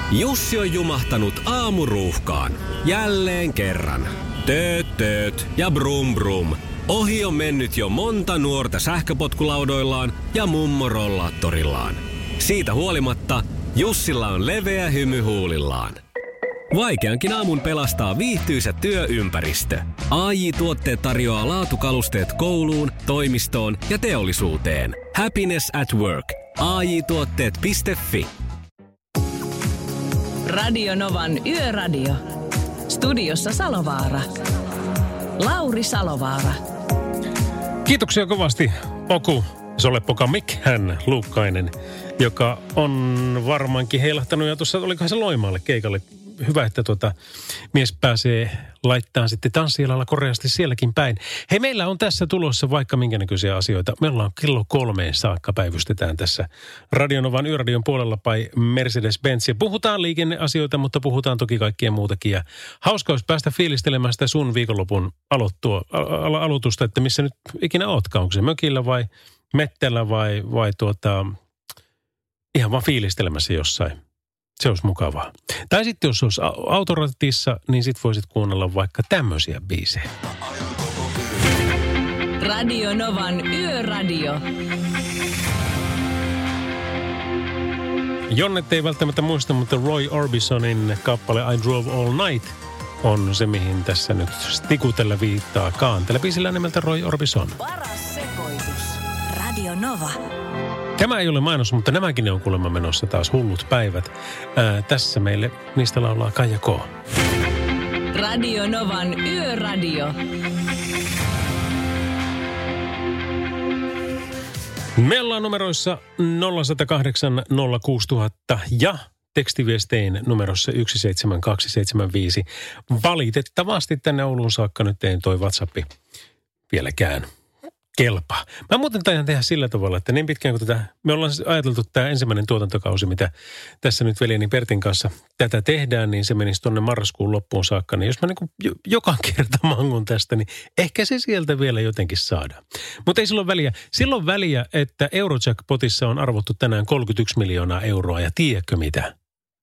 Jussi on jumahtanut aamuruuhkaan. Jälleen kerran. Tööt ja brum brum. Ohi on mennyt jo monta nuorta sähköpotkulaudoillaan ja mummorollaattorillaan. Siitä huolimatta Jussilla on leveä hymy huulillaan. Vaikeankin aamun pelastaa viihtyisä työympäristö. AJ-tuotteet tarjoaa laatukalusteet kouluun, toimistoon ja teollisuuteen. Happiness at work. AJ-tuotteet.fi. Radio Novan Yöradio. Studiossa Salovaara. Lauri Salovaara. Kiitoksia kovasti Oku Solepoka Mikhän Luukkainen, joka on varmaankin heilahtanut ja tuossa, olikohan se Loimaalle keikalle. Hyvä, että mies pääsee laittamaan sitten tanssialalla koreasti sielläkin päin. Hei, meillä on tässä tulossa vaikka minkä näköisiä asioita. Me ollaan kello 3 saakka päivystetään tässä Radio Novan Yöradion puolella by Mercedes-Benz. Ja puhutaan liikenneasioita, mutta puhutaan toki kaikkea muutakin. Ja hauska olisi päästä fiilistelemään sitä sun viikonlopun aloitusta, että missä nyt ikinä ootkaan. Onko se mökillä vai mettällä vai ihan vaan fiilistelemässä jossain. Se olisi mukavaa. Tai sitten jos olisi autoratissa, niin sit voisit kuunnella vaikka tämmöisiä biisejä. Radio Novan Yöradio. Jonnet ei välttämättä muista, mutta Roy Orbisonin kappale I Drove All Night on se, mihin tässä nyt stikutella viittaakaan. Tällä biisillä nimeltä Roy Orbison. Paras sekoitus. Radio Nova. Tämä ei ole mainos, mutta nämäkin on kuulemma menossa taas hullut päivät. Tässä meille niistä laulaa Kaija K. Radio Novan Yöradio. Meillä on numeroissa 0108 06000 ja tekstiviestein numerossa 17275. Valitettavasti tänne Ouluun saakka nyt ei toi WhatsAppi vieläkään kelpaa. Mä muuten taidan tehdä sillä tavalla, että niin pitkään kuin me ollaan ajateltu tämä ensimmäinen tuotantokausi, mitä tässä nyt veljeni Pertin kanssa tätä tehdään, niin se menisi tuonne marraskuun loppuun saakka. Niin jos mä niin joka kerta mangun tästä, niin ehkä se sieltä vielä jotenkin saadaan. Mutta ei silloin väliä. Silloin väliä, että Eurojackpotissa on arvottu tänään 31 miljoonaa euroa ja tiedätkö mitä?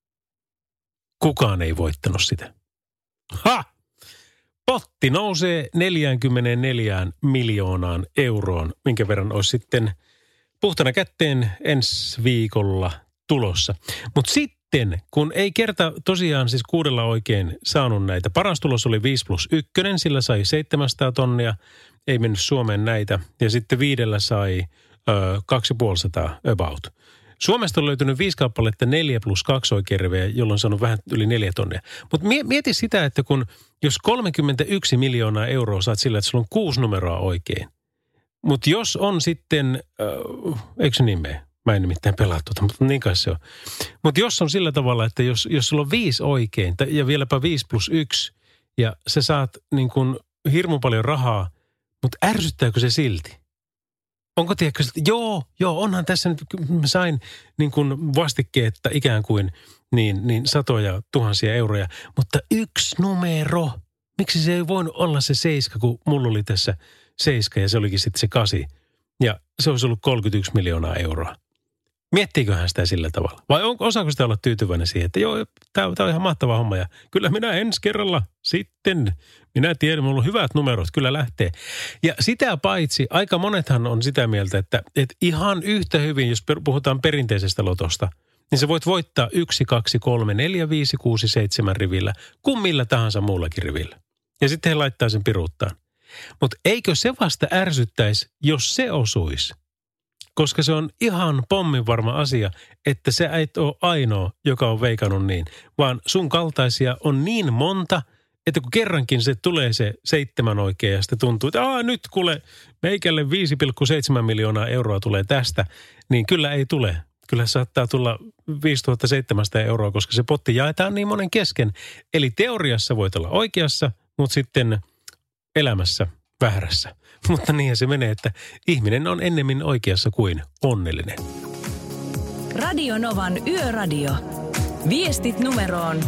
Kukaan ei voittanut sitä. Ha! Potti nousee 44 miljoonaan euroon, minkä verran olisi sitten puhtana kätteen ensi viikolla tulossa. Mutta sitten, kun ei kerta tosiaan siis 6 oikein saanut näitä. Paras tulos oli 5+1, sillä sai 700 tonnia, ei mennyt Suomeen näitä. Ja sitten 5 sai 250 about. Suomesta on löytynyt 5 kappaletta 4+2 oikein rivejä, jolloin on saanut vähän yli 4 tonnia. Mutta mieti sitä, että jos 31 miljoonaa euroa saat sillä, että sulla on 6 numeroa oikein. Mutta jos on sitten, eikö se niin mene? Mä en nimittäin pelaa mutta niin kai se on. Mutta jos on sillä tavalla, että jos sulla on 5 oikein ja vieläpä 5+1 ja sä saat niin kuin hirmu paljon rahaa, mutta ärsyttääkö se silti? Onko tiedätkö, että joo, onhan tässä nyt, mä sain niin kuin vastikkeetta ikään kuin niin satoja tuhansia euroja, mutta 1 numero. Miksi se ei voinut olla se 7, kun mulla oli tässä 7 ja se olikin sitten se 8. Ja se olisi ollut 31 miljoonaa euroa. Miettiiköhän sitä sillä tavalla? Vai osaako sitä olla tyytyväinen siihen, että joo, tämä on ihan mahtava homma ja kyllä minä ensi kerralla sitten, minä tiedän, minulla on hyvät numerot, kyllä lähtee. Ja sitä paitsi, aika monethan on sitä mieltä, että ihan yhtä hyvin, jos puhutaan perinteisestä lotosta, niin sä voit voittaa 1, 2, 3, 4, 5, 6, 7 rivillä, kuin millä tahansa muullakin rivillä. Ja sitten he laittaa sen piruuttaan. Mutta eikö se vasta ärsyttäisi, jos se osuisi? Koska se on ihan pomminvarma asia, että sä et ole ainoa, joka on veikannut niin, vaan sun kaltaisia on niin monta, että kun kerrankin se tulee se 7 oikein ja sitten tuntuu, että nyt kuule meikälle 5,7 miljoonaa euroa tulee tästä, niin kyllä ei tule. Kyllä saattaa tulla 5700 euroa, koska se potti jaetaan niin monen kesken. Eli teoriassa voit olla oikeassa, mutta sitten elämässä väärässä. Mutta niinhän se menee, että ihminen on ennemmin oikeassa kuin onnellinen. Radio Novan Yöradio. Viestit numeroon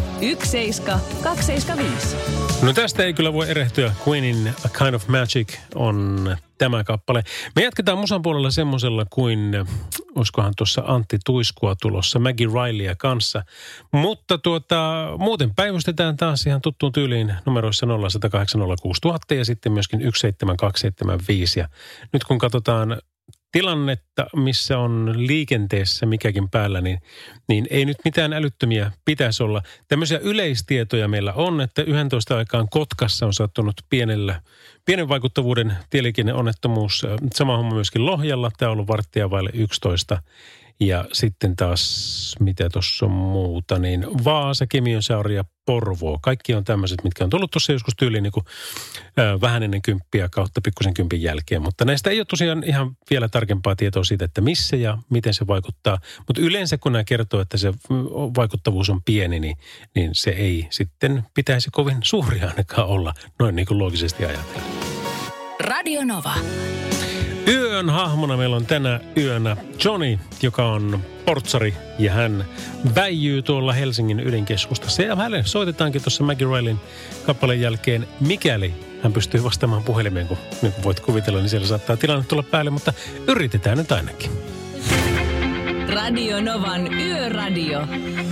17275. No tästä ei kyllä voi erehtyä. Queenin A Kind of Magic on tämä kappale. Me jatketaan musan puolella semmosella kuin olisikohan tuossa Antti Tuiskua tulossa Maggie Rileyä kanssa. Mutta muuten päivystetään taas ihan tuttuun tyyliin numeroissa 0806000 ja sitten myöskin 17275. Ja nyt kun katsotaan tilannetta, missä on liikenteessä mikäkin päällä, niin ei nyt mitään älyttömiä pitäisi olla. Tämmöisiä yleistietoja meillä on, että 11 aikaan Kotkassa on sattunut pienen vaikuttavuuden tieliikenneonnettomuus. Sama homma myöskin Lohjalla. Tämä on ollut 11:15. Ja sitten taas, mitä tuossa on muuta, niin Vaasa, Kemiönsaari ja Porvoo. Kaikki on tämmöiset, mitkä on tullut tuossa joskus tyyliin niin kuin, vähän ennen 10 kautta pikkusen 10 jälkeen. Mutta näistä ei ole tosiaan ihan vielä tarkempaa tietoa siitä, että missä ja miten se vaikuttaa. Mutta yleensä kun nämä kertoo, että se vaikuttavuus on pieni, niin se ei sitten pitäisi kovin suuri ainakaan olla, noin niin kuin loogisesti ajatellen. Radio Nova. Yön hahmona meillä on tänä yönä Johnny, joka on portsari ja hän väijyy tuolla Helsingin ydinkeskustassa. Ja hänelle soitetaankin tuossa Maggie Rileyn kappaleen jälkeen, mikäli hän pystyy vastaamaan puhelimeen, kun niin kuin voit kuvitella, niin siellä saattaa tilanne tulla päälle, mutta yritetään nyt ainakin. Radio Novan Yöradio.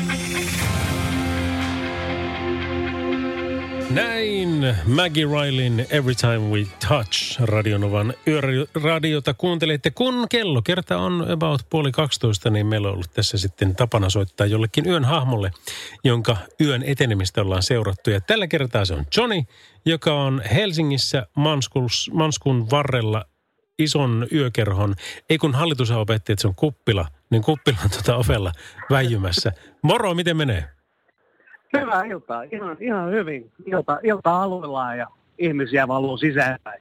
Näin Maggie Rileyn Every Time We Touch Radionovan yöradiota kuuntelette. Kun kello kerta on about 11:30, niin meillä on ollut tässä sitten tapana soittaa jollekin yön hahmolle, jonka yön etenemistä ollaan seurattu. Ja tällä kertaa se on Johnny, joka on Helsingissä Manskun varrella ison yökerhon. Ei kun hallitus opetti, että se on kuppila, niin kuppilan ovella väijymässä. Moro, miten menee? Hyvää iltaa. Ihan hyvin. Ilta aluillaan ja ihmisiä valuu sisäänpäin.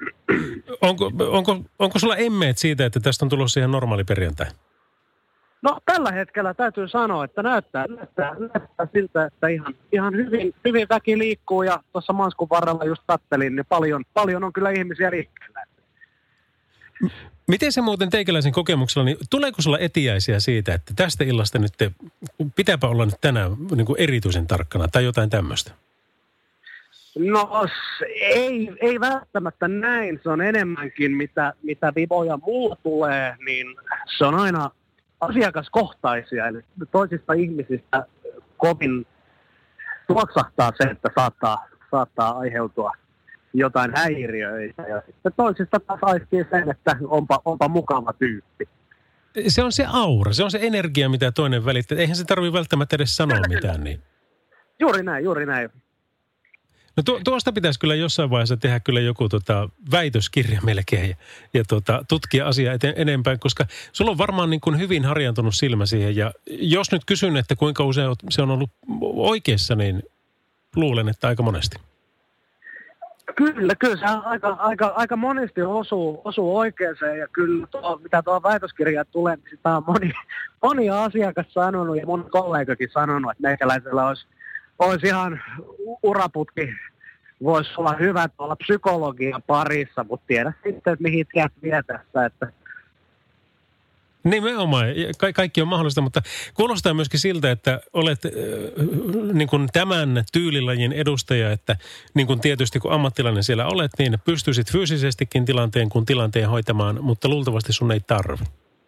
Onko sulla emmeet siitä, että tästä on tulossa ihan normaali perjantai? No tällä hetkellä täytyy sanoa, että näyttää siltä, että ihan hyvin väki liikkuu ja tuossa Manskun varrella just kattelin, niin paljon on kyllä ihmisiä liikkeellä. Miten se muuten teikäläisen kokemuksella, niin tuleeko sulla etiäisiä siitä, että tästä illasta nyt pitääpä olla nyt tänään niin kuin erityisen tarkkana tai jotain tämmöistä? No ei välttämättä näin. Se on enemmänkin, mitä viboja mulla tulee, niin se on aina asiakaskohtaisia. Eli toisista ihmisistä kovin tuoksahtaa se, että saattaa aiheutua jotain häiriöitä ja sitten toisista taas aistii sen, että onpa mukava tyyppi. Se on se aura, se on se energia, mitä toinen välittää. Eihän se tarvitse välttämättä edes sanoa mitään. Niin. Juuri näin. No tuosta pitäisi kyllä jossain vaiheessa tehdä kyllä joku väitöskirja melkein ja tutkia asiaa enempää, koska sulla on varmaan niin kuin hyvin harjaantunut silmä siihen. Ja jos nyt kysyn, että kuinka usein se on ollut oikeassa, niin luulen, että aika monesti. Kyllä se aika monesti osuu oikeeseen ja kyllä mitä tuohon väitöskirjaan tulee, niin sitä on moni asiakas sanonut ja mun kollegakin sanonut, että meikäläisellä olisi ihan uraputki, voisi olla hyvä olla psykologian parissa, mutta tiedä sitten, että mihin tiedät vie tässä, että nimenomaan. Kaikki on mahdollista, mutta kuulostaa myöskin siltä, että olet niin kuin tämän tyylilajin edustaja, että niin kuin tietysti kun ammattilainen siellä olet, niin pystyisit fyysisestikin tilanteen hoitamaan, mutta luultavasti sun ei tarvi.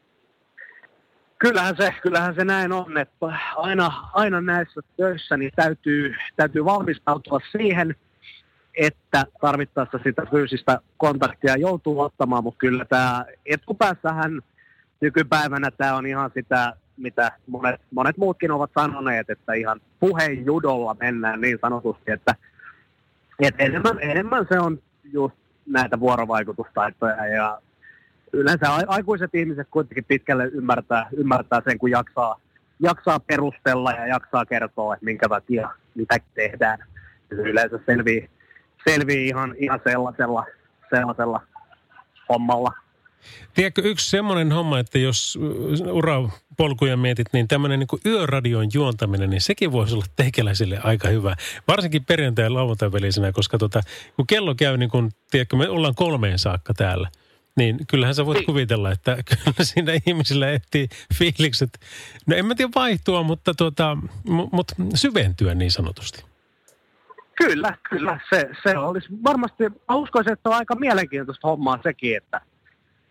Kyllähän se näin on, että aina näissä töissä niin täytyy valmistautua siihen, että tarvittaessa sitä fyysistä kontaktia joutuu ottamaan, mutta kyllä tämä etupäässähän nykypäivänä tämä on ihan sitä, mitä monet muutkin ovat sanoneet, että ihan puheenjudolla mennään niin sanotusti, että enemmän se on just näitä vuorovaikutustaitoja ja yleensä aikuiset ihmiset kuitenkin pitkälle ymmärtää sen, kun jaksaa perustella ja jaksaa kertoa, että minkä takia mitäkin tehdään. Yleensä selvii ihan sellaisella hommalla. Tiedätkö, yksi semmoinen homma, että jos urapolkuja mietit, niin tämmöinen niin kuin yöradion juontaminen, niin sekin voisi olla teikäläisille aika hyvä. Varsinkin perjantai- ja lauantain välisenä, koska kun kello käy, niin kun, tiedätkö, me ollaan 3 saakka täällä, niin kyllähän sä voit kuvitella, että kyllä siinä ihmisillä etsii fiilikset, no en mä tiedä vaihtua, mutta syventyä niin sanotusti. Kyllä. Se olisi varmasti, mä uskoisin, että on aika mielenkiintoista hommaa sekin, että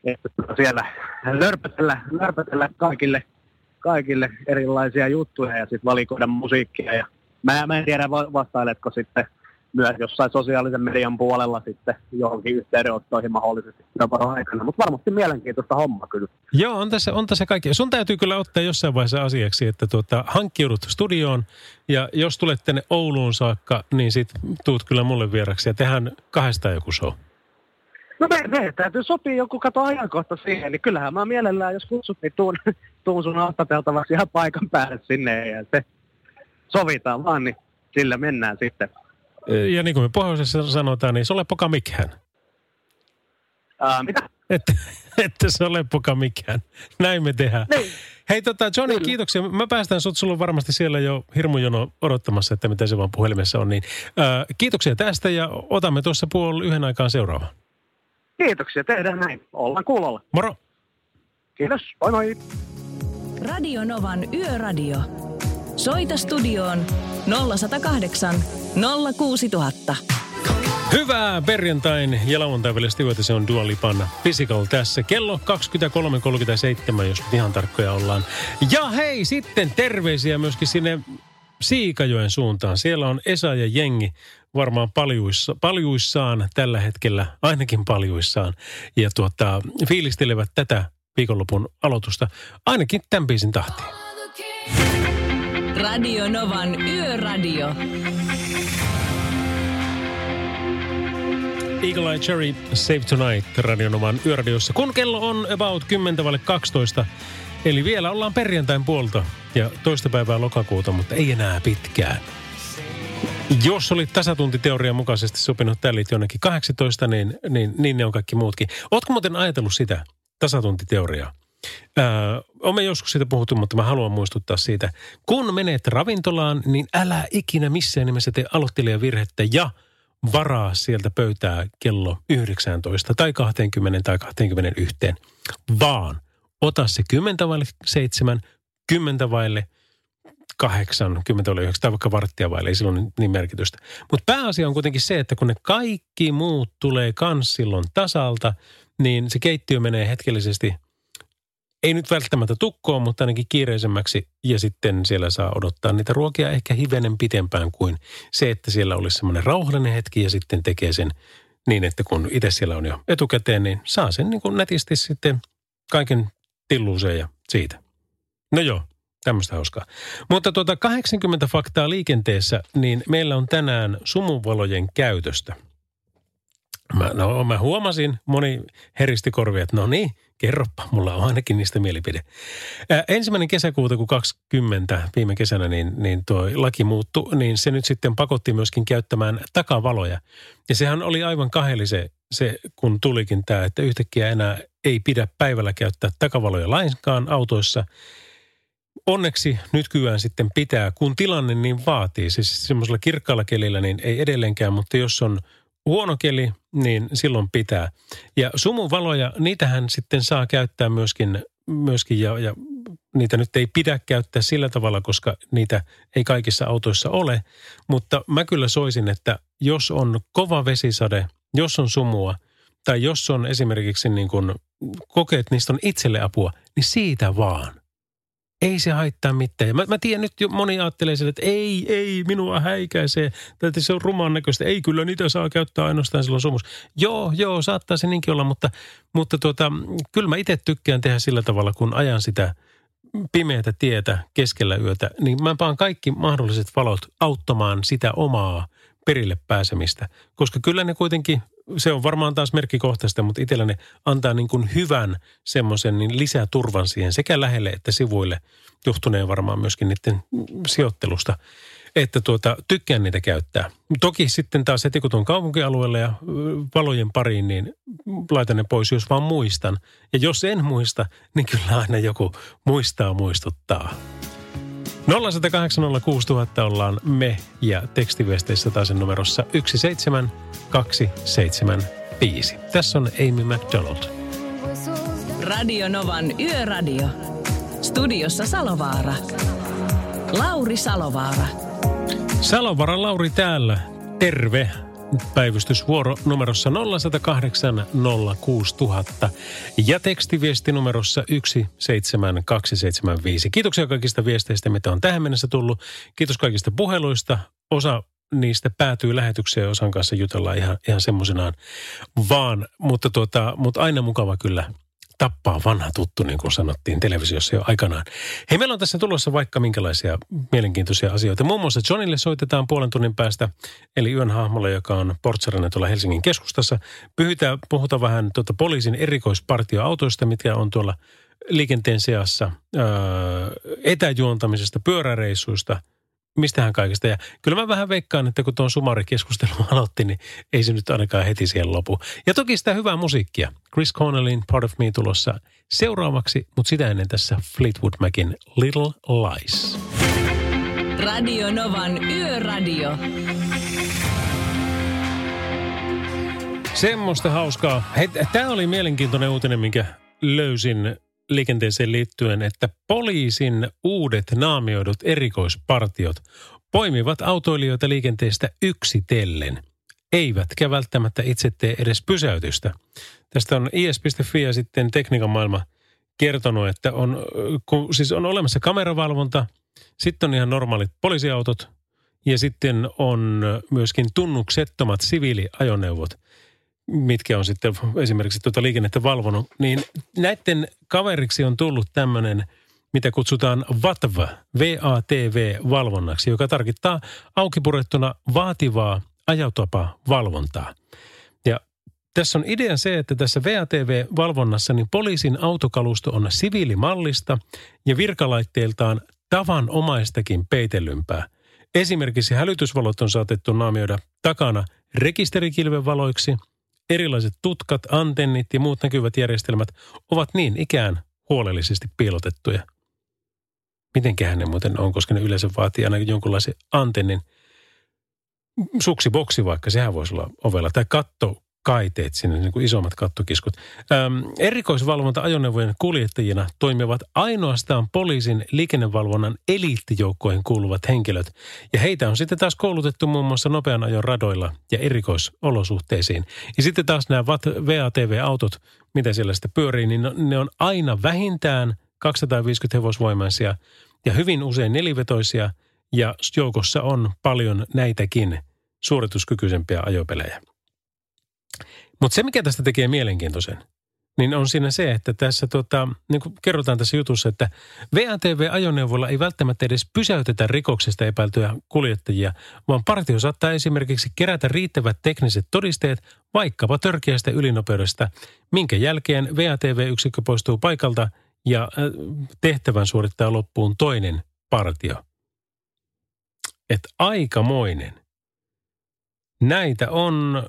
että siellä lörpötellä kaikille erilaisia juttuja ja sitten valikoida musiikkia. Ja mä en tiedä, vastailetko sitten myös jossain sosiaalisen median puolella sitten johonkin yhteydenottoihin mahdollisesti aikana, mutta varmasti mielenkiintoista homma kyllä. Joo, on tässä kaikki. Sun täytyy kyllä ottaa jossain vaiheessa asiaksi, että hankkiudut studioon ja jos tulet tänne Ouluun saakka, niin sit tuut kyllä mulle vieraksi ja tehdään 2 joku show. No me täytyy sopia joku ajankohta siihen, niin kyllähän mä mielellään, jos kutsut, niin tuun sun haastateltavaksi ihan paikan päälle sinne ja se sovitaan vaan, niin sillä mennään sitten. Ja niin kuin me pohjoisessa sanotaan, niin se ole poka mikään. Mitä? Että se ole poka mikään. Näin me tehdään. Niin. Hei Johnny, kyllä. Kiitoksia. Mä päästän sut, sulla on varmasti siellä jo hirmujono odottamassa, että mitä se vaan puhelimessa on. Niin, kiitoksia tästä ja otamme tuossa 12:30 aikaan seuraava. Kiitoksia, tehdään näin. Ollaan kuulolla. Moro. Kiitos, moi moi. Radio Novan Yöradio. Soita studioon 0108 06000. Hyvää perjantain ja lauantain välistä yötä, se on Dua Lipan Physical tässä. Kello 23.37, jos ihan tarkkoja ollaan. Ja hei, sitten terveisiä myöskin sinne Siikajoen suuntaan. Siellä on Esa ja jengi varmaan paljuissaan tällä hetkellä, ainakin paljuissaan. Ja fiilistelevät tätä viikonlopun aloitusta, ainakin tämän biisin tahtiin. Radio Novan Yöradio. Eagle Eye Cherry, Save Tonight, Radio Novan Yöradiossa. Kun kello on about 10:12, eli vielä ollaan perjantain puolta ja 2. päivää lokakuuta, mutta ei enää pitkään. Jos olit tasatuntiteorian mukaisesti sopinut tällit jonnekin 18, niin ne on kaikki muutkin. Ootko muuten ajatellut sitä tasatuntiteoriaa? Olemme joskus siitä puhuttu, mutta mä haluan muistuttaa siitä. Kun menet ravintolaan, niin älä ikinä missään nimessä tee aloittelijavirhettä ja varaa sieltä pöytää kello 19 tai 20 tai 21, vaan ota se 7, 8, 9 tai vaikka varttia vaille, ei silloin niin merkitystä. Mutta pääasia on kuitenkin se, että kun ne kaikki muut tulee kans silloin tasalta, niin se keittiö menee hetkellisesti, ei nyt välttämättä tukkoon, mutta ainakin kiireisemmäksi ja sitten siellä saa odottaa niitä ruokia ehkä hivenen pitempään kuin se, että siellä olisi semmoinen rauhallinen hetki ja sitten tekee sen niin, että kun itse siellä on jo etukäteen, niin saa sen niin kuin nätisti sitten kaiken tilluuseen ja siitä. No joo, tämmöistä hauskaa. Mutta 80 faktaa liikenteessä, niin meillä on tänään sumuvalojen käytöstä. Mä huomasin, moni heristi korvia, että no niin, kerropa, mulla on ainakin niistä mielipide. 1. kesäkuuta, kun 20 viime kesänä, niin tuo laki muuttui, niin se nyt sitten pakotti myöskin käyttämään takavaloja. Ja sehän oli aivan kaheli se kun tulikin tämä, että yhtäkkiä enää ei pidä päivällä käyttää takavaloja lainkaan autoissa. Onneksi nykyään sitten pitää, kun tilanne niin vaatii, siis semmoisella kirkkaalla kelillä niin ei edelleenkään, mutta jos on huono keli, niin silloin pitää. Ja sumuvaloja, niitähän sitten saa käyttää myöskin ja niitä nyt ei pidä käyttää sillä tavalla, koska niitä ei kaikissa autoissa ole. Mutta mä kyllä soisin, että jos on kova vesisade, jos on sumua tai jos on esimerkiksi niin kuin kokeet, niistä on itselle apua, niin siitä vaan. Ei se haittaa mitään. Mä tiedän nyt jo moni ajattelee sille, että ei, minua häikäisee. Tai se on rumaan näköistä. Ei, kyllä niitä saa käyttää ainoastaan silloin sumus. Joo, saattaa se niinkin olla, mutta kyllä mä itse tykkään tehdä sillä tavalla, kun ajan sitä pimeätä tietä keskellä yötä, niin mä paan kaikki mahdolliset valot auttamaan sitä omaa perille pääsemistä. Koska kyllä ne kuitenkin, se on varmaan taas merkkikohtaista, mutta itsellä ne antaa niin kuin hyvän semmoisen niin lisää turvan siihen sekä lähelle että sivuille, johtuneen varmaan myöskin niiden sijoittelusta, että tykkään niitä käyttää. Toki sitten taas heti kun tuon kaupunkialueelle ja valojen pariin, niin laitan ne pois, jos vaan muistan. Ja jos en muista, niin kyllä aina joku muistuttaa. 0806000 ollaan me ja tekstiviesteissä taas numerossa 17275. Tässä on Amy McDonald. Radio Novan Yöradio. Studiossa Salovaara. Lauri Salovaara. Salovaara Lauri täällä. Terve. päivystysvuoro numerossa 0108 06000 ja tekstiviesti numerossa 17275. Kiitoksia kaikista viesteistä, mitä on tähän mennessä tullut. Kiitos kaikista puheluista. Osa niistä päätyy lähetykseen ja osan kanssa jutellaan ihan semmoisenaan vaan. Mutta aina mukava kyllä tappaa vanha tuttu, niin kuin sanottiin televisiossa jo aikanaan. Hei, meillä on tässä tulossa vaikka minkälaisia mielenkiintoisia asioita. Muun muassa Johnille soitetaan puolen tunnin päästä, eli yön hahmolle, joka on portsarina tuolla Helsingin keskustassa. Puhutaan vähän poliisin erikoispartioautoista, mitkä on tuolla liikenteen seassa, etäjuontamisesta, pyöräreissuista, mistähän kaikesta. Ja kyllä mä vähän veikkaan, että kun tuon sumarikeskustelun aloitti, niin ei se nyt ainakaan heti siihen lopu. Ja toki sitä hyvää musiikkia. Chris Cornellin Part of Me tulossa seuraavaksi, mutta sitä ennen tässä Fleetwood Macin Little Lies. Radio Novan Yöradio. Semmoista hauskaa. Tämä oli mielenkiintoinen uutinen, minkä löysin liikenteeseen liittyen, että poliisin uudet naamioidut erikoispartiot poimivat autoilijoita liikenteestä yksitellen, eivätkä välttämättä itse tee edes pysäytystä. Tästä on is.fi ja sitten Tekniikan maailma kertonut, että on olemassa kameravalvonta, sitten on ihan normaalit poliisiautot ja sitten on myöskin tunnuksettomat siviiliajoneuvot, mitkä on sitten esimerkiksi liikennettä valvonut, niin näiden kaveriksi on tullut tämmöinen, mitä kutsutaan VATV-valvonnaksi, joka tarkoittaa aukipurettuna vaativaa ajotapa-valvontaa. Ja tässä on idea se, että tässä VATV-valvonnassa niin poliisin autokalusto on siviilimallista ja virkalaitteiltaan tavanomaistakin peitellympää. Esimerkiksi hälytysvalot on saatettu naamioida takana rekisterikilvenvaloiksi. Erilaiset tutkat, antennit ja muut näkyvät järjestelmät ovat niin ikään huolellisesti piilotettuja. Mitenköhän ne muuten on, koska ne yleensä vaatii aina jonkunlaisen antennin. Suksiboksi vaikka, sehän voisi olla ovella. Tai kattokaiteet sinne, niin kuin isommat kattokiskut. Erikoisvalvonta-ajoneuvojen kuljettajina toimivat ainoastaan poliisin liikennevalvonnan eliittijoukkoihin kuuluvat henkilöt. Ja heitä on sitten taas koulutettu muun muassa nopean ajon radoilla ja erikoisolosuhteisiin. Ja sitten taas nämä VATV-autot, mitä siellä sitten pyörii, niin ne on aina vähintään 250 hevosvoimaisia ja hyvin usein nelivetoisia. Ja joukossa on paljon näitäkin suorituskykyisempiä ajopelejä. Mutta se, mikä tästä tekee mielenkiintoisen, niin on siinä se, että tässä niin kuin kerrotaan tässä jutussa, että VATV-ajoneuvoilla ei välttämättä edes pysäytetä rikoksesta epäiltyjä kuljettajia, vaan partio saattaa esimerkiksi kerätä riittävät tekniset todisteet vaikkapa törkeästä ylinopeudesta, minkä jälkeen VATV-yksikkö poistuu paikalta ja tehtävän suorittaa loppuun toinen partio. Että aikamoinen. Näitä on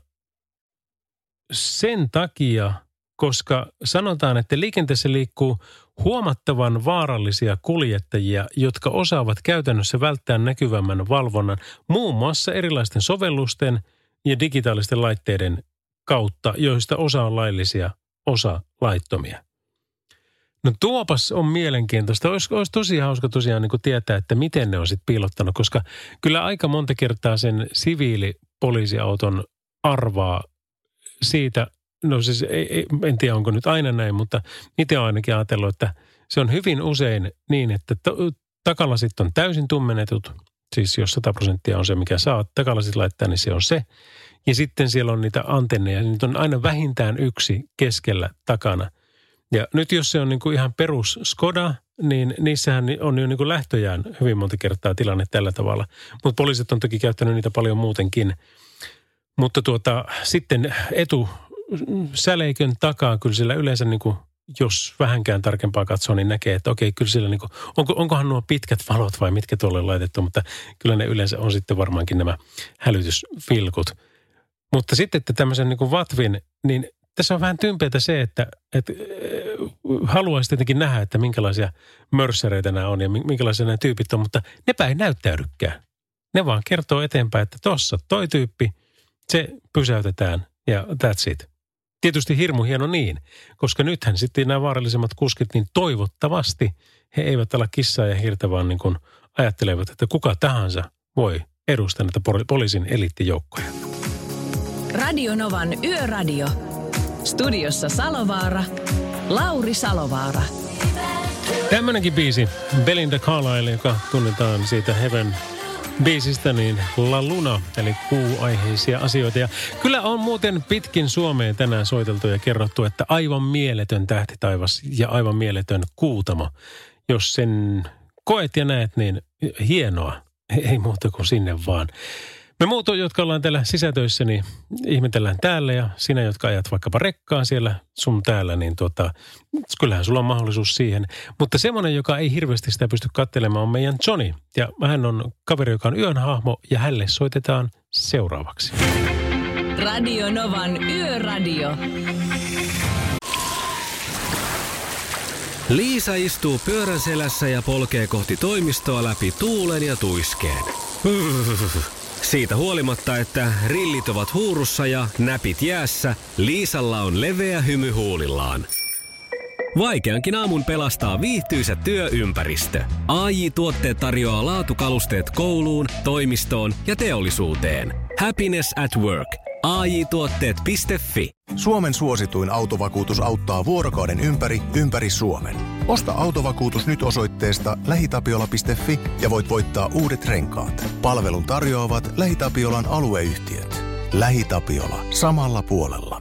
sen takia, koska sanotaan, että liikenteessä liikkuu huomattavan vaarallisia kuljettajia, jotka osaavat käytännössä välttää näkyvämmän valvonnan muun muassa erilaisten sovellusten ja digitaalisten laitteiden kautta, joista osa on laillisia, osa laittomia. No tuopas on mielenkiintoista. Olisi tosi hauska tosiaan niin kuin tietää, että miten ne on sitten piilottanut, koska kyllä aika monta kertaa sen siviilipoliisiauton arvaa siitä, no siis en tiedä onko nyt aina näin, mutta itse olen ainakin ajatellut, että se on hyvin usein niin, että takalasit on täysin tummennetut, siis jos 100% on se, mikä saa takalasit laittaa, niin se on se. Ja sitten siellä on niitä antenneja, niitä on aina vähintään yksi keskellä takana. Ja nyt jos se on niin kuin ihan perus Skoda, niin niissähän on jo niin kuin lähtöjään hyvin monta kertaa tilanne tällä tavalla. Mutta poliisit on toki käyttänyt niitä paljon muutenkin. Mutta sitten etusäleikön takaa kyllä sillä yleensä niin kuin, jos vähänkään tarkempaa katsoo, niin näkee, että okei, kyllä sillä niin kuin, onkohan nuo pitkät valot vai mitkä tuolle on laitettu, mutta kyllä ne yleensä on sitten varmaankin nämä hälytysvilkut. Mutta sitten, että tämmöisen niin kuin VATVin, niin tässä on vähän tympeätä se, että haluaisi tietenkin nähdä, että minkälaisia mörssäreitä nämä on ja minkälaisia nämä tyypit on, mutta nepä ei näyttäydykään. Ne vaan kertoo eteenpäin, että tossa toi tyyppi, se pysäytetään ja that's it. Tietysti hirmu hieno niin, koska nythän sitten nämä vaarallisemmat kuskit, niin toivottavasti he eivät ala kissaa ja hirtä, vaan niin kuin ajattelevat, että kuka tahansa voi edustaa näitä poliisin eliittijoukkoja. Radio Novan Yöradio. Studiossa Salovaara, Lauri Salovaara. Tämmönenkin biisi, Belinda Carlisle, joka tunnetaan siitä Heaven biisistä, niin La Luna, eli kuuaiheisia asioita. Ja kyllä on muuten pitkin Suomeen tänään soiteltu ja kerrottu, että aivan mieletön tähtitaivas ja aivan mieletön kuutamo. Jos sen koet ja näet, niin hienoa. Ei muuta kuin sinne vaan. Me muut, jotka ollaan täällä sisätöissä, niin ihmetellään täällä ja sinä, jotka ajat vaikkapa rekkaa siellä sun täällä, niin kyllähän sulla on mahdollisuus siihen. Mutta semmoinen, joka ei hirveästi sitä pysty katselemaan, on meidän Johnny. Ja hän on kaveri, joka on yön hahmo ja hälle soitetaan seuraavaksi. Radio Novan Yöradio. Liisa istuu pyörän selässä ja polkee kohti toimistoa läpi tuulen ja tuiskeen. Siitä huolimatta, että rillit ovat huurussa ja näpit jäässä, Liisalla on leveä hymy huulillaan. Vaikeankin aamun pelastaa viihtyisä työympäristö. AJ-tuotteet tarjoaa laatukalusteet kouluun, toimistoon ja teollisuuteen. Happiness at work. AJ-tuotteet.fi. Suomen suosituin autovakuutus auttaa vuorokauden ympäri Suomen. Osta autovakuutus nyt osoitteesta lähitapiola.fi ja voit voittaa uudet renkaat. Palvelun tarjoavat LähiTapiolan alueyhtiöt. LähiTapiola. Samalla puolella.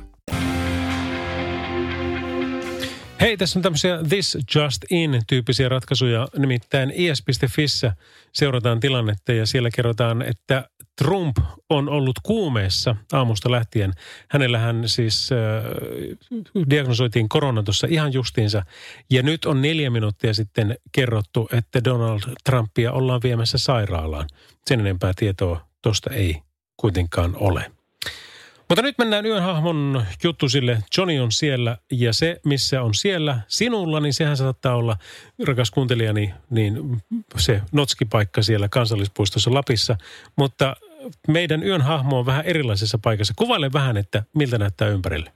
Hei, tässä on tämmöisiä This Just In-tyyppisiä ratkaisuja. Nimittäin is.fissä seurataan tilannetta ja siellä kerrotaan, että Trump on ollut kuumeessa aamusta lähtien. Hänellähän siis diagnosoitiin korona tuossa ihan justiinsa. Ja nyt on 4 minuuttia sitten kerrottu, että Donald Trumpia ollaan viemässä sairaalaan. Sen enempää tietoa tuosta ei kuitenkaan ole. Mutta nyt mennään yön hahmon juttusille. Johnny on siellä ja se, missä on siellä sinulla, niin sehän saattaa olla, rakas kuuntelijani, niin se notskipaikka siellä kansallispuistossa Lapissa. Mutta meidän yön hahmo on vähän erilaisessa paikassa. Kuvaile vähän, että miltä näyttää ympärille.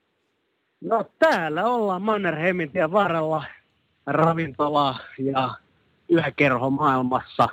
No täällä ollaan Mannerheimintien varrella ravintola ja yökerho maailmassa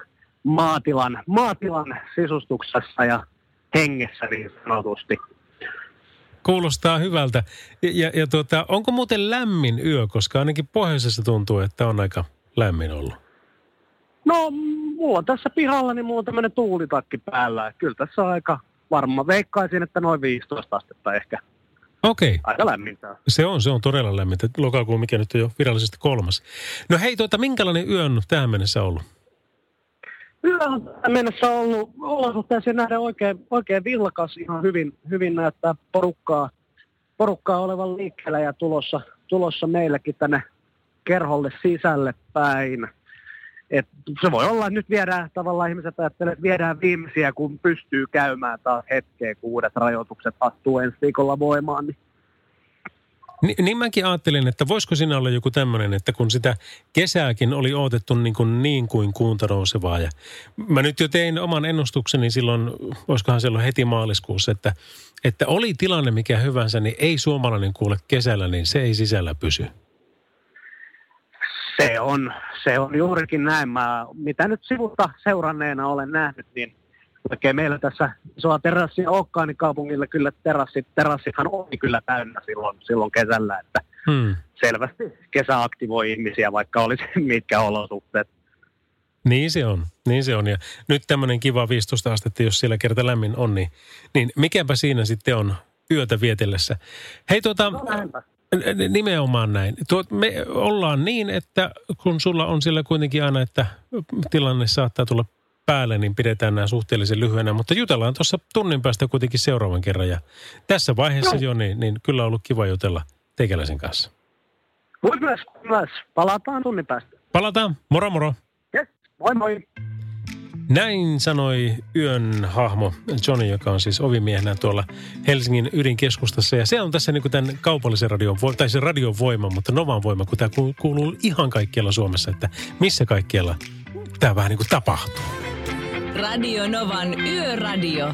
maatilan sisustuksessa ja hengessä niin sanotusti. Kuulostaa hyvältä. Ja onko muuten lämmin yö, koska ainakin pohjoisessa tuntuu, että on aika lämmin ollut? No, mulla on tässä pihalla, niin mulla on tämmöinen tuulitakki päällä. Kyllä tässä on aika varma. Veikkaisin, että noin 15 astetta ehkä. Okei. Aika lämmintä. Se on todella lämmintä. Lokakuun, mikä nyt on jo virallisesti 3. No hei, minkälainen yö on tähän mennessä ollut? Yö on tähän mennessä ollut olosuhteisiin nähdä oikein vilkas. Ihan hyvin näyttää porukkaa olevan liikkeellä ja tulossa meillekin tänne kerholle sisälle päin. Et se voi olla, että nyt viedään tavallaan ihmiset ajattelee, että viedään viimeisiä, kun pystyy käymään taas hetkeä, kun uudet rajoitukset astuu ensi viikolla voimaan. Niin mäkin ajattelin, että voisiko siinä olla joku tämmöinen, että kun sitä kesääkin oli odotettu niin kuin kuunta nousevaa. Ja mä nyt jo tein oman ennustukseni silloin, olisikohan silloin heti maaliskuussa, että oli tilanne mikä hyvänsä, niin ei suomalainen kuule kesällä, niin se ei sisällä pysy. Se on juurikin näin. Mitä nyt sivulta seuranneena olen nähnyt, niin oikein meillä tässä isoa terassia olekaan, niin kaupungilla kyllä terassithan oli kyllä täynnä silloin kesällä, että selvästi kesä aktivoi ihmisiä, vaikka olisi mitkä olosuhteet. Niin se on. Ja nyt tämmöinen kiva 15 astetta, jos siellä kerta lämmin on, niin mikäpä siinä sitten on yötä vietellessä. Hei nimenomaan näin. Me ollaan niin, että kun sulla on siellä kuitenkin aina, että tilanne saattaa tulla päälle, niin pidetään nämä suhteellisen lyhyenä, mutta jutellaan tuossa tunnin päästä kuitenkin seuraavan kerran. Ja tässä vaiheessa jo, niin kyllä on ollut kiva jutella teikäläisen kanssa. Voi myös. Palataan tunnin päästä. Palataan. Moro moro. Yes. Moi. Näin sanoi yön hahmo Johnny, joka on siis ovimiehenä tuolla Helsingin ydinkeskustassa. Ja se on tässä niin kuin tämän kaupallisen radion, tai se radion voima, mutta Novan voima, kun tämä kuuluu ihan kaikkialla Suomessa, että missä kaikkialla tämä vähän niin kuin tapahtuu. Radio Novan Yöradio.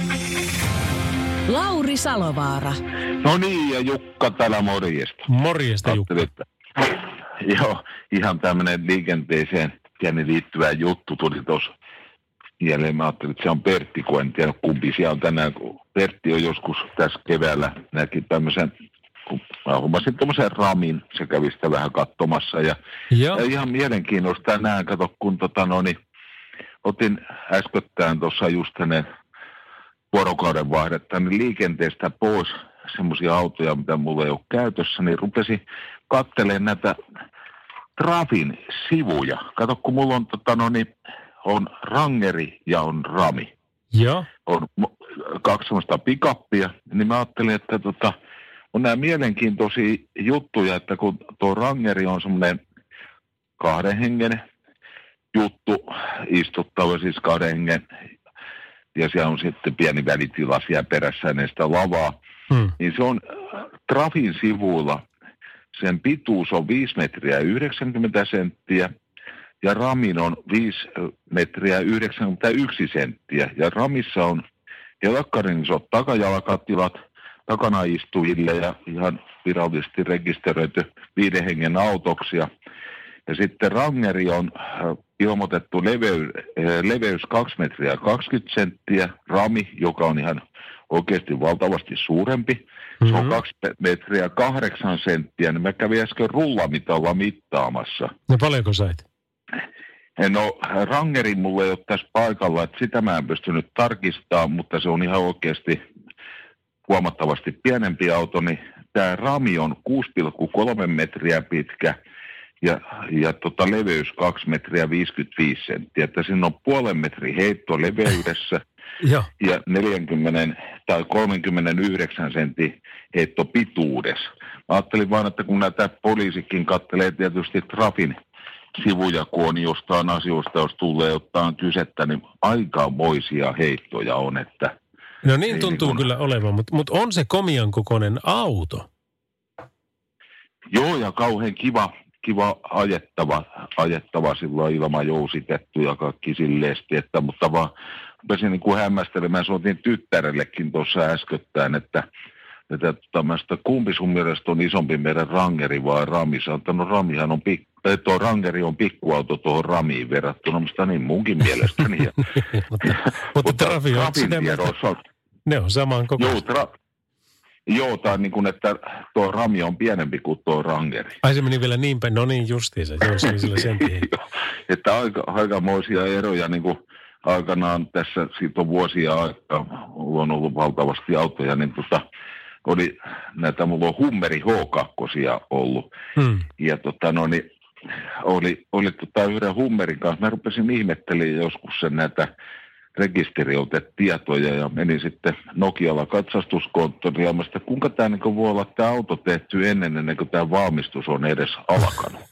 Lauri Salovaara. No niin, ja Jukka täällä morjesta. Morjesta, Jukka. Joo, ihan tämmöinen liikenteeseen pieni liittyvä juttu tuli tuossa mieleen. Mä ajattelin, että se on Pertti, kun en tiedä kumpi siellä on tänään. Kun Pertti on joskus tässä keväällä näki tämmöisen, kun mä huomasin tuommoisen ramin, se kävi sitä vähän katsomassa. Ja ihan mielenkiinnosta tänään, kato kun otin äskettäin tuossa just hänen vuorokauden vaihdetta, niin liikenteestä pois semmoisia autoja, mitä mulla ei ole käytössä, niin rupesin katselemaan näitä Trafin sivuja. Kato, kun mulla on, on Rangeri ja on Rami. Joo. On 2 semmoista pikappia, niin mä ajattelin, että on nämä mielenkiintoisia juttuja, että kun tuo Rangeri on semmoinen 2 hengen juttu, istuttava siis 2 hengen, ja siellä on sitten pieni välitila siellä perässä ennen sitä lavaa, niin se on Trafin sivuilla, sen pituus on 5 metriä 90 senttiä, ja Ramin on 5 metriä 91 senttiä, ja Ramissa on helkkarin isot takajalkatilat takana istujille ja ihan virallisesti rekisteröity 5 hengen autoksi, ja sitten Rangeri on ilmoitettu leveys 2 metriä 20 senttiä, Rami, joka on ihan oikeasti valtavasti suurempi, se on 2 metriä 8 senttiä, niin mä kävin äsken rullamitalla mittaamassa. No paljonko sait? No Rangeri mulla ei ole tässä paikalla, että sitä mä en pystynyt tarkistamaan, mutta se on ihan oikeasti huomattavasti pienempi auto, niin tämä Rami on 6,3 metriä pitkä ja leveys 2 metriä 55 senttiä, että siinä on 0,5 metrin heitto leveydessä ja 40 tai 39 sentin heitto pituudessa. Mä ajattelin vaan, että kun näitä poliisikin kattelee tietysti Trafin sivuja, kun on jostain asioista, jos tulee jotain kysettä, niin aikamoisia heittoja on, että... No niin tuntuu kyllä olevan, mutta on se komian kokoinen auto? Joo, ja kauhean kiva ajettava silloin ilman jousitettu ja kaikki silleesti, mutta vaan rupesin niin kuin hämmästelemään, soitin tyttärellekin tuossa äskettäin, että tämmöistä kumpi sun mielestä on isompi meidän Rangeri vai Rami? Sanoin, että no Ramihan on tuo Rangeri on pikkuauto tuohon Ramiin verrattuna, mutta niin munkin mielestäni. mutta Trafi on tiedossa. Ne on saman kokoista. Joo, tai niin kuin, että tuo Rami on pienempi kuin tuo Rangeri. Ai se meni vielä niin päin, no niin justiinsa, joo se oli sillä sentiin. Että aikamoisia eroja niin kuin aikanaan tässä, siitä on vuosia aikaa, on ollut valtavasti autoja, niin oli näitä, mulla on Hummeri H2 ollut. Ja oli yhden Hummerin kanssa, mä rupesin ihmettelemään joskus sen näitä rekisteriote-tietoja ja menin sitten Nokialla katsastuskonttoriin ja että kuinka tämä niin voi olla tämä auto tehty ennen kuin tämä valmistus on edes alkanut.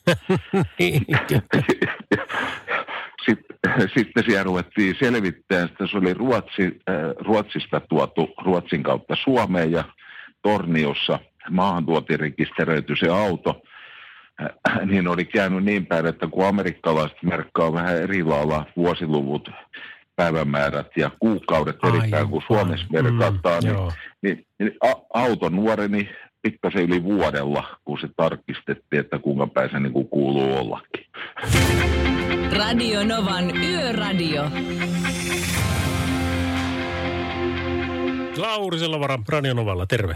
Sitten siellä ruvettiin selvittämään, että se oli Ruotsista tuotu Ruotsin kautta Suomeen ja Torniossa maahan tuotiin rekisteröity se auto. Niin oli käynyt niin päin, että kun amerikkalaiset merkkaa vähän eri lailla vuosiluvut, päivämäärät ja kuukaudet eri päin kuin Suomessa merkataan, niin auto nuoreni pikkasen yli vuodella, kun se tarkistettiin, että kuinka päin se niin kuin kuuluu ollakin. Radio Novan Yöradio. Lauri Selovara Radio Novalla, terve.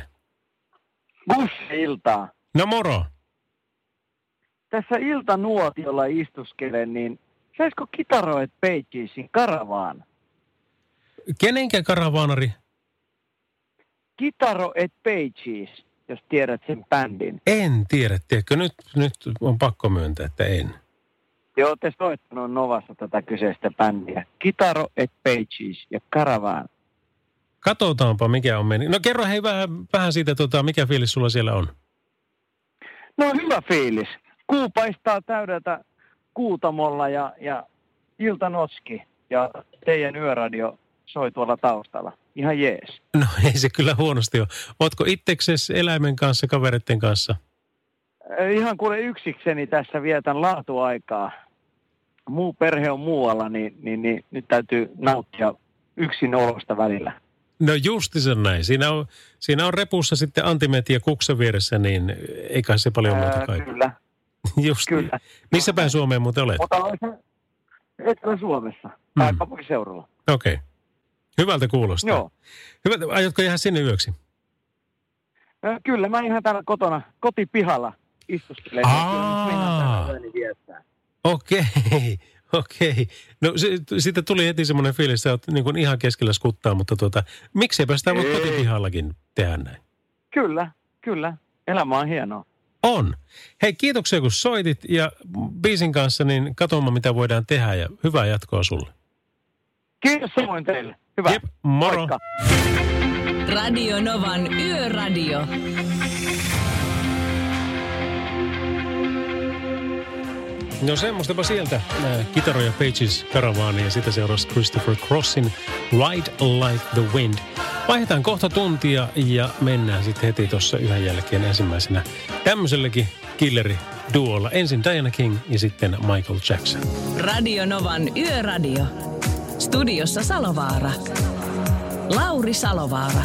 Iltaa. No moro. Tässä iltanuotiolla istuskelen, niin saisiko kitaroit Pagesin Karavaan? Kenenkä karavaanari? Kitaro et Pages, jos tiedät sen bändin. En tiedä, tiedätkö? Nyt on pakko myöntää, että en. Joo, te soittanut Novassa tätä kyseistä bändiä. Kitaro et Pages ja Karavaan. Katsotaanpa, mikä on mennyt. No kerro hei vähän siitä, mikä fiilis sulla siellä on? No hyvä fiilis. Kuu paistaa täydeltä Kuutamolla ja iltanotski ja teidän yöradio soi tuolla taustalla. Ihan jees. No ei se kyllä huonosti ole. Ootko itseksesi eläimen kanssa, kavereiden kanssa? Ihan kuule yksikseni tässä vietän laatuaikaa. Muu perhe on muualla, niin nyt täytyy nauttia yksin olosta välillä. No justissa näin. Siinä on repussa sitten antimetia kuksen vieressä, niin ei kai se paljon muuta kaipaa. Kyllä. Just. Kyllä. Missä päin Suomeen muuten olet? Etelä-Suomessa, pääkaupunkiseudulla. Okei. Hyvältä kuulostaa. Joo. Aiotko ihan sinne yöksi? Kyllä, mä ihan täällä kotipihalla istuskelen. Okei. No siitä tuli heti semmoinen fiilis, että sä oot niin kuin ihan keskellä skuttaa, mutta mikseipä sitä voi kotipihallakin tehdä näin? Kyllä. Elämä on hienoa. On. Hei, kiitoksia kun soitit ja biisin kanssa, niin katsomaan mitä voidaan tehdä ja hyvää jatkoa sulle. Kiitos samoin teille. Hyvä. Jep, moro. Moikka. Radio Novan Yöradio. No semmostapa sieltä Kitaroja Pages Karavaani ja sitä seurasi Christopher Crossin Ride Like the Wind. Vaihdetaan kohta tuntia ja mennään sitten heti tuossa yhden jälkeen ensimmäisenä tämmöiselläkin killeri-duolla. Ensin Diana King ja sitten Michael Jackson. Radio Novan Yöradio. Studiossa Salovaara. Lauri Salovaara.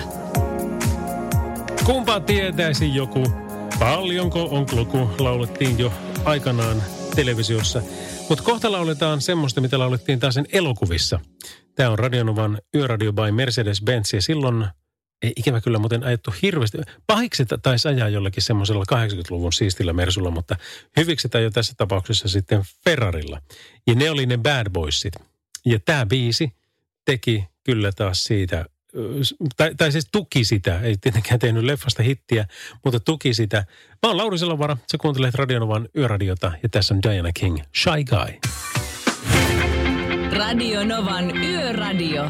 Kumpa tietäisi joku, paljonko on kluku, laulettiin jo aikanaan televisiossa. Mutta kohta lauletaan semmoista, mitä laulettiin taas sen elokuvissa. Tämä on Radio Novan Yöradio by Mercedes-Benz ja silloin ei ikävä kyllä muuten ajettu hirveästi. Pahikset taisi ajaa jollakin semmoisella 80-luvun siistillä Mersulla, mutta hyvikset ajoi tässä tapauksessa sitten Ferrarilla. Ja ne oli ne Bad Boysit. Ja tämä biisi teki kyllä taas siitä, tai siis tuki sitä, ei tietenkään tehnyt leffasta hittiä, mutta tuki sitä. Mä oon Lauri Salovaara, sä kuuntelet Radio Novan Yöradiota ja tässä on Diana King, Shy Guy. Radio Novan Yöradio.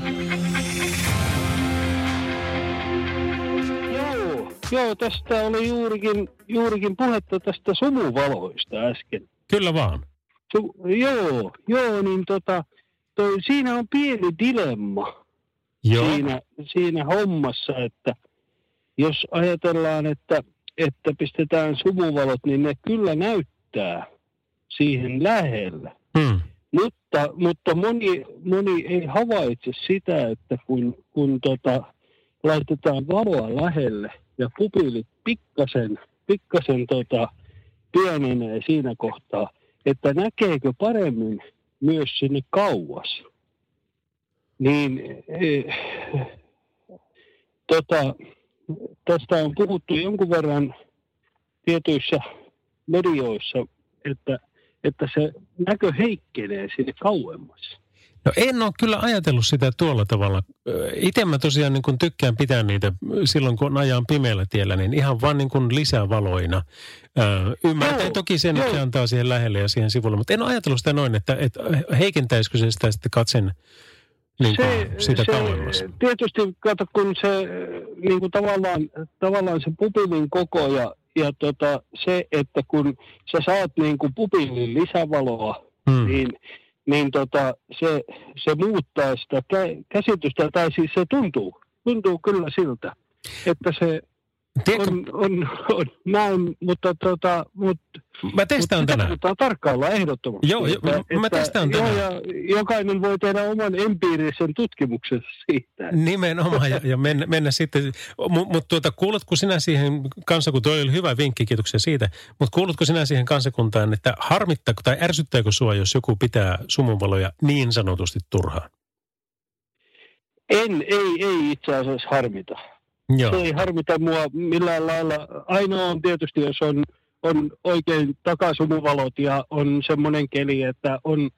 Joo, tästä oli juurikin puhetta tästä sumuvaloista äsken. Kyllä vaan. Niin siinä on pieni dilemma. Joo. Siinä hommassa, että jos ajatellaan, että pistetään sumuvalot, niin ne kyllä näyttää siihen lähellä. Mutta moni ei havaitse sitä, että kun laitetaan valoa lähelle ja pupillit pikkasen pienenee siinä kohtaa, että näkeekö paremmin myös sinne kauas. Niin tästä on puhuttu jonkun verran tietyissä medioissa, että se näkö heikkenee sinne kauemmas. No en ole kyllä ajatellut sitä tuolla tavalla. Itse mä tosiaan niin kun tykkään pitää niitä silloin, kun ajan pimeällä tiellä, niin ihan vaan niin kuin lisävaloina. Ymmärrän toki sen, että se antaa siihen lähelle ja siihen sivulle, mutta en ole ajatellut sitä noin, että heikentäisikö se sitä sitten katsen niin sitä kauemmas. Tietysti, kato, kun se niin kuin tavallaan se pupillin koko ja se, että kun sä saat niin kuin pupillin lisävaloa, niin se muuttaa sitä käsitystä, tai siis se tuntuu kyllä siltä, että se on näin, mutta mä testaan tänään. Mutta tarkkailla ehdottomasti. Joo, mä testaan tänään. Ja jokainen voi tehdä oman empiirisen tutkimuksensa siitä. Nimenomaan, ja mennä sitten. Mutta kuuletko sinä siihen kanssa, kun toi oli hyvä vinkki, kiitoksia siitä, mutta kuuletko sinä siihen kansakuntaan, että harmittaako tai ärsyttääkö sua, jos joku pitää sumunvaloja niin sanotusti turhaan? Ei itse asiassa harmita. Joo. Se ei harmita mua millään lailla. Ainoa on tietysti, jos on oikein takasumuvalot ja on semmoinen keli, että on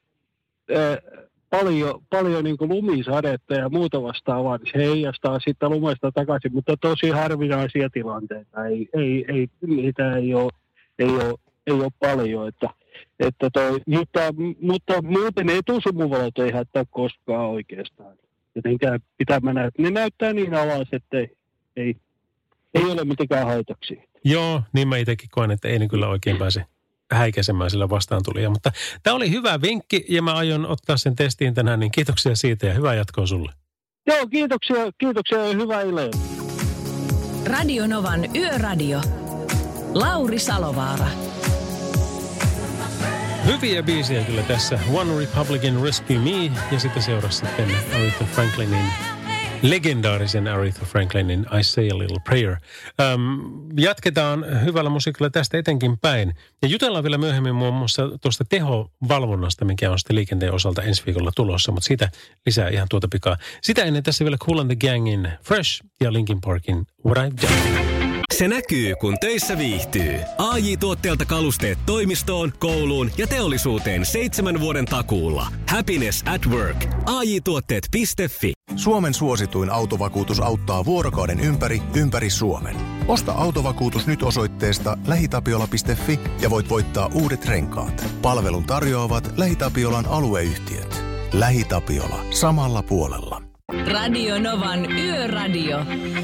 paljon niin kuin lumisadetta ja muuta vastaavaa, niin se heijastaa sitten lumesta takaisin, mutta tosi harvinaisia tilanteita. Niitä ei ole paljon, mutta muuten etusumuvalot ei haittaa koskaan oikeastaan. Jotenkään pitämänä, että ne näyttää niin alas, että ei ole mitenkään haitaksi. Joo, niin mä itsekin koen, että ei ne kyllä oikein pääse häikäisemään sillä vastaantulia. Mutta tämä oli hyvä vinkki ja mä aion ottaa sen testiin tänään, niin kiitoksia siitä ja hyvää jatkoa sulle. Joo, kiitoksia ja hyvää iltaa. Radio Novan Yöradio. Lauri Salovaara. Hyviä biisejä kyllä tässä. One Republican Rescue Me ja sitten seurasi sitten Aretha Franklinin legendaarisen Aretha Franklinin I Say a Little Prayer. Jatketaan hyvällä musiikilla tästä etenkin päin. Ja jutellaan vielä myöhemmin muun muassa tuosta tehovalvonnasta, mikä on sitten liikenteen osalta ensi viikolla tulossa, mutta siitä lisää ihan tuota pikaa. Sitä ennen tässä vielä Kool and the Gangin Fresh ja Linkin Parkin What I've Done. Se näkyy, kun töissä viihtyy. AJ-tuotteelta kalusteet toimistoon, kouluun ja teollisuuteen 7 vuoden takuulla. Happiness at work. AJ-tuotteet.fi. Suomen suosituin autovakuutus auttaa vuorokauden ympäri Suomen. Osta autovakuutus nyt osoitteesta lähitapiola.fi ja voit voittaa uudet renkaat. Palvelun tarjoavat LähiTapiolan alueyhtiöt. LähiTapiola. Samalla puolella. Radio Novan Yöradio.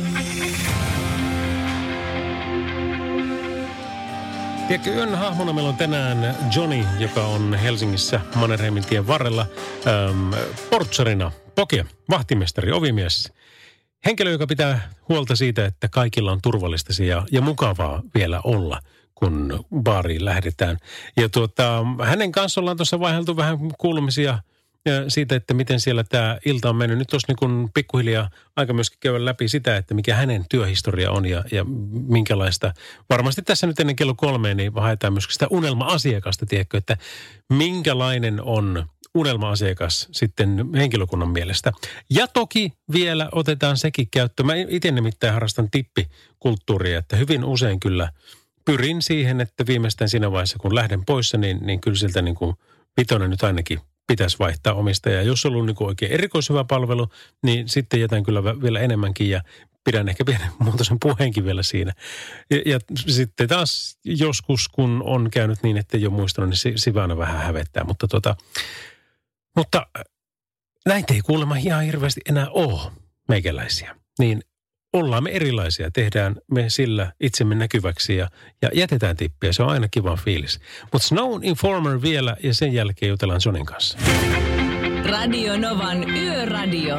Tiedätkö, yön hahmona meillä on tänään Johnny, joka on Helsingissä Mannerheimin tien varrella portsarina, pokea, vahtimestari, ovimies. Henkilö, joka pitää huolta siitä, että kaikilla on turvallista ja mukavaa vielä olla, kun baariin lähdetään. Ja hänen kanssa ollaan tuossa vaihdeltu vähän kuulumisia siitä, että miten siellä tämä ilta on mennyt. Nyt olisi niin kuin pikkuhiljaa aika myöskin käydä läpi sitä, että mikä hänen työhistoria on ja minkälaista. Varmasti tässä nyt ennen kello 3 niin haetaan myöskin sitä unelma-asiakasta, tiedätkö, että minkälainen on unelma-asiakas sitten henkilökunnan mielestä. Ja toki vielä otetaan sekin käyttöön. Mä itse nimittäin harrastan tippikulttuuria, että hyvin usein kyllä pyrin siihen, että viimeistään siinä vaiheessa, kun lähden poissa, niin kyllä siltä niin kuin vitonen nyt ainakin pitäisi vaihtaa omistajaa. Jos on ollut niin kuin oikein erikoishyvä palvelu, niin sitten jätän kyllä vielä enemmänkin ja pidän ehkä pienen muotoisen puheenkin vielä siinä. Ja sitten taas joskus, kun on käynyt niin, että ei ole muistanut, niin Sivana vähän hävettää. Mutta näitä ei kuulemma ihan hirveästi enää ole meikäläisiä. Niin ollaan me erilaisia, tehdään me sillä itsemme näkyväksi ja jätetään tippiä. Se on aina kiva fiilis. Mutta Snow Informer vielä ja sen jälkeen jutellaan Sonin kanssa. Radio Novan Yöradio.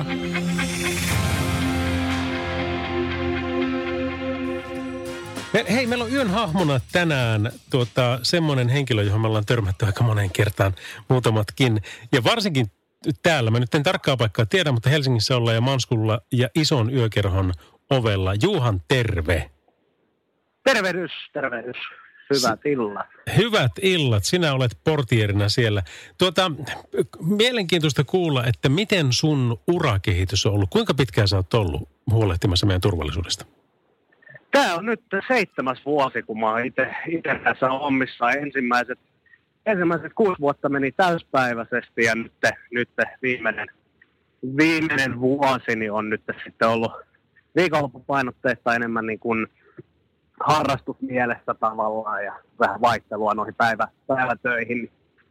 Hei, meillä on yön hahmona tänään semmoinen henkilö, johon me ollaan törmätty aika moneen kertaan muutamatkin. Ja varsinkin täällä, mä nyt en tarkkaa paikkaa tiedä, mutta Helsingissä ollaan ja Manskulla ja Ison yökerhon ovella. Juhan, terve. Tervehdys. Hyvät illat. Hyvät illat. Sinä olet portierina siellä. Mielenkiintoista kuulla, että miten sun urakehitys on ollut. Kuinka pitkään sä oot ollut huolehtimassa meidän turvallisuudesta? Tämä on nyt 7. vuosi, kun mä oon itse tässä hommissa. Ensimmäiset 6 vuotta meni täyspäiväisesti ja nyt viimeinen vuosi niin on nyt sitten ollut viikonloppupainotteista enemmän niin kuin harrastusmielessä tavallaan ja vähän vaihtelua noihin päivätöihin.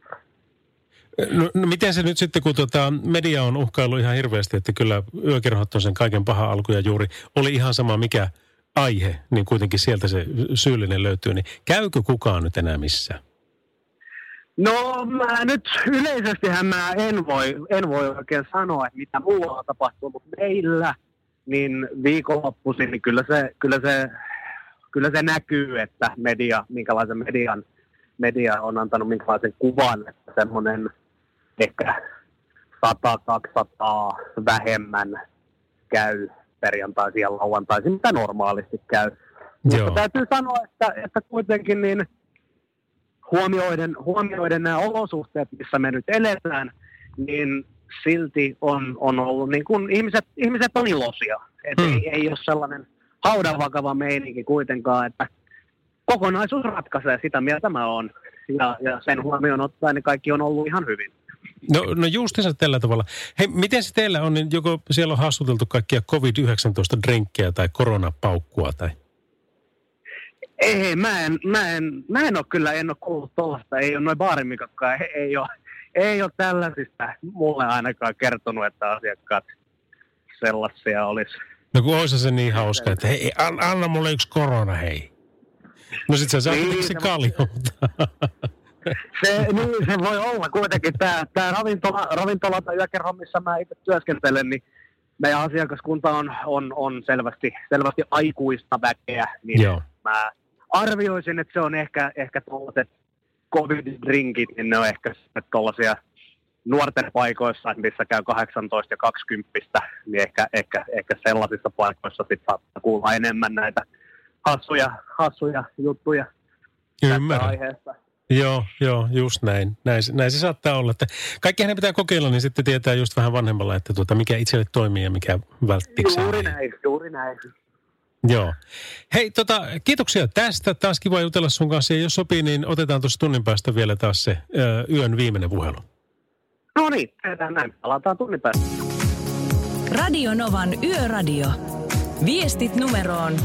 No miten se nyt sitten, kun media on uhkaillut ihan hirveästi, että kyllä yökerhot on sen kaiken paha alku ja juuri oli ihan sama mikä aihe, niin kuitenkin sieltä se syyllinen löytyy, niin käykö kukaan nyt enää missään? No mä nyt yleisestihän mä en voi oikein sanoa, että mitä muualla tapahtuu, mutta meillä niin viikonloppuisin, niin kyllä se näkyy, että minkälaisen media on antanut minkälaisen kuvan, että semmoinen ehkä 100-200 vähemmän käy perjantaisin ja lauantaisin, mitä normaalisti käy. Mutta täytyy sanoa, että kuitenkin niin huomioiden nämä olosuhteet, missä me nyt eletään, niin silti on ollut niin kuin ihmiset on iloisia. Että ei ole sellainen haudan vakava meininki kuitenkaan, että kokonaisuus ratkaisee, sitä mieltä mä oon. Ja sen huomioon ottaen niin kaikki on ollut ihan hyvin. No justiinsa tällä tavalla. Hei, miten se teillä on, niin joko siellä on hassuteltu kaikkia COVID-19-drinkkejä tai koronapaukkua tai? Ei, mä en ole kuullut tuollaista. Ei ole noin baarimikotkaan, ei ole tällaisista mulle ainakaan kertonut, että asiakkaat sellaisia olisi. No kun olisi se niin hauska, että hei, anna mulle yksi korona, hei. No sit sä saat se kaljuutta. Se voi olla kuitenkin. Tämä ravintola tai yökerho, missä mä itse työskentelen, niin meidän asiakaskunta on selvästi aikuista väkeä. Niin joo. Mä arvioisin, että se on ehkä tuollaiset covid-drinkit, niin ne on ehkä tuollaisia nuorten paikoissa, missä käy 18 ja 20, niin ehkä sellaisissa paikoissa sitten saattaa kuulla enemmän näitä hassuja juttuja tästä aiheesta. Joo, just näin. Näin se saattaa olla. Että kaikki hänen pitää kokeilla, niin sitten tietää just vähän vanhemmalla, että mikä itselle toimii ja mikä välttikseen. Juuri näin. Joo. Hei, kiitoksia tästä. Taas kiva jutella sun kanssa. Ja jos sopii, niin otetaan tuossa tunnin päästä vielä taas se yön viimeinen puhelu. No niin, tehdään näin. Palataan tunnin päästä. Radio Novan Yöradio. Viestit numeroon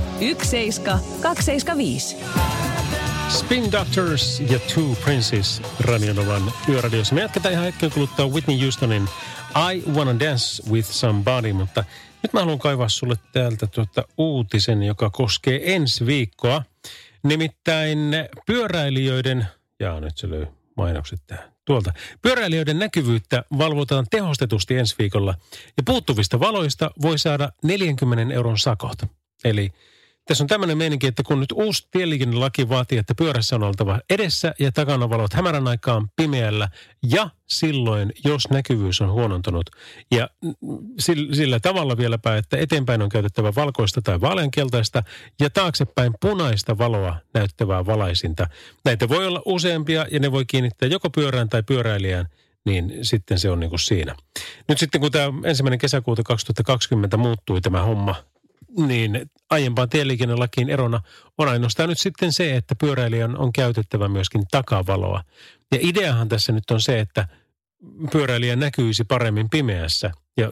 17275. Spin Doctors ja Two Princes Radio Novan Yöradiossa. Me jatketaan ihan hetken kuluttua Whitney Houstonin I Wanna Dance With Somebody, mutta nyt mä haluan kaivaa sulle täältä uutisen, joka koskee ensi viikkoa. Nimittäin pyöräilijöiden, nyt se löi mainokset tähän tuolta. Pyöräilijöiden näkyvyyttä valvotaan tehostetusti ensi viikolla ja puuttuvista valoista voi saada 40 euron sakot. Eli tässä on tämmöinen meininki, että kun nyt uusi tieliikennelaki vaatii, että pyörässä on oltava edessä ja takana valot hämärän aikaan pimeällä ja silloin, jos näkyvyys on huonontunut. Ja sillä tavalla vieläpä, että eteenpäin on käytettävä valkoista tai vaaleankeltaista ja taaksepäin punaista valoa näyttävää valaisinta. Näitä voi olla useampia ja ne voi kiinnittää joko pyörään tai pyöräilijään, niin sitten se on niin kuin siinä. Nyt sitten kun tämä 1. kesäkuuta 2020 muuttui tämä homma, niin aiempaan tieliikennelakiin erona on ainoastaan nyt sitten se, että pyöräilijän on käytettävä myöskin takavaloa. Ja ideahan tässä nyt on se, että pyöräilijä näkyisi paremmin pimeässä ja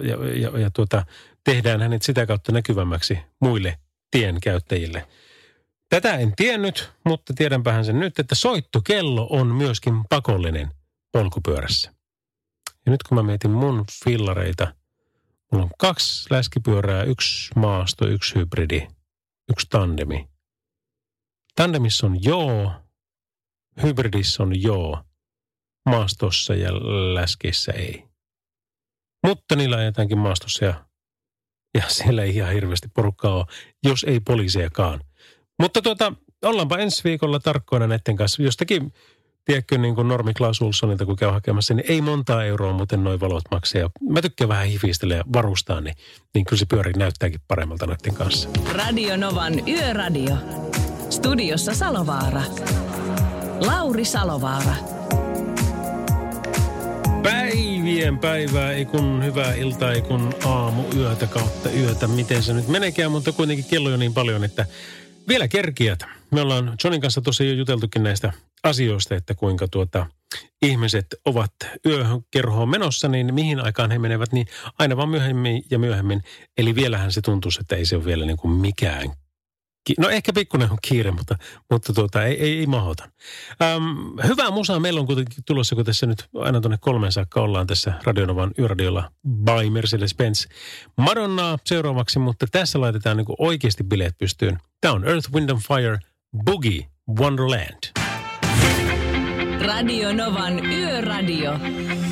tehdään hänet sitä kautta näkyvämmäksi muille tienkäyttäjille. Tätä en tiennyt, mutta tiedänpähän sen nyt, että soittokello on myöskin pakollinen polkupyörässä. Ja nyt kun mä mietin mun fillareita, mulla on 2 läskipyörää, 1 maasto, 1 hybridi, 1 tandemi. Tandemissa on joo, hybridissä on joo, maastossa ja läskissä ei. Mutta niillä ajetaankin maastossa ja siellä ei ihan hirveästi porukkaa ole, jos ei poliisejakaan. Mutta ollaanpa ensi viikolla tarkkoina näiden kanssa. Jostakin, tiedätkö, niin kuin Normi Klaus Ulssonilta, kun käy hakemassa, niin ei montaa euroa muuten noi valot maksaa. Ja mä tykkään vähän hifistellä ja varustaa, niin kyllä se pyöri näyttääkin paremmalta noiden kanssa. Radio Novan Yöradio. Studiossa Salovaara. Lauri Salovaara. Päivien päivää, ei kun hyvää iltaa, ei kun aamu, yötä kautta yötä. Miten se nyt menekään, mutta kuitenkin kello on niin paljon, että vielä kerkiät. Me ollaan Johnin kanssa tosiaan jo juteltukin näistä asioista, että kuinka ihmiset ovat yökerhoon menossa, niin mihin aikaan he menevät, niin aina vaan myöhemmin ja myöhemmin. Eli vielähän se tuntuisi, että ei se ole vielä niin kuin mikään. No ehkä pikkuinen on kiire, mutta ei mahdoton. Hyvää musaa meillä on kuitenkin tulossa, kun tässä nyt aina tuonne 3 saakka ollaan tässä Radio Novan Yöradiolla by Mercedes-Benz. Madonnaa seuraavaksi, mutta tässä laitetaan niin kuin oikeasti bileet pystyyn. Tämä on Earth, Wind and Fire, Boogie, Wonderland. Radio Novan Yöradio.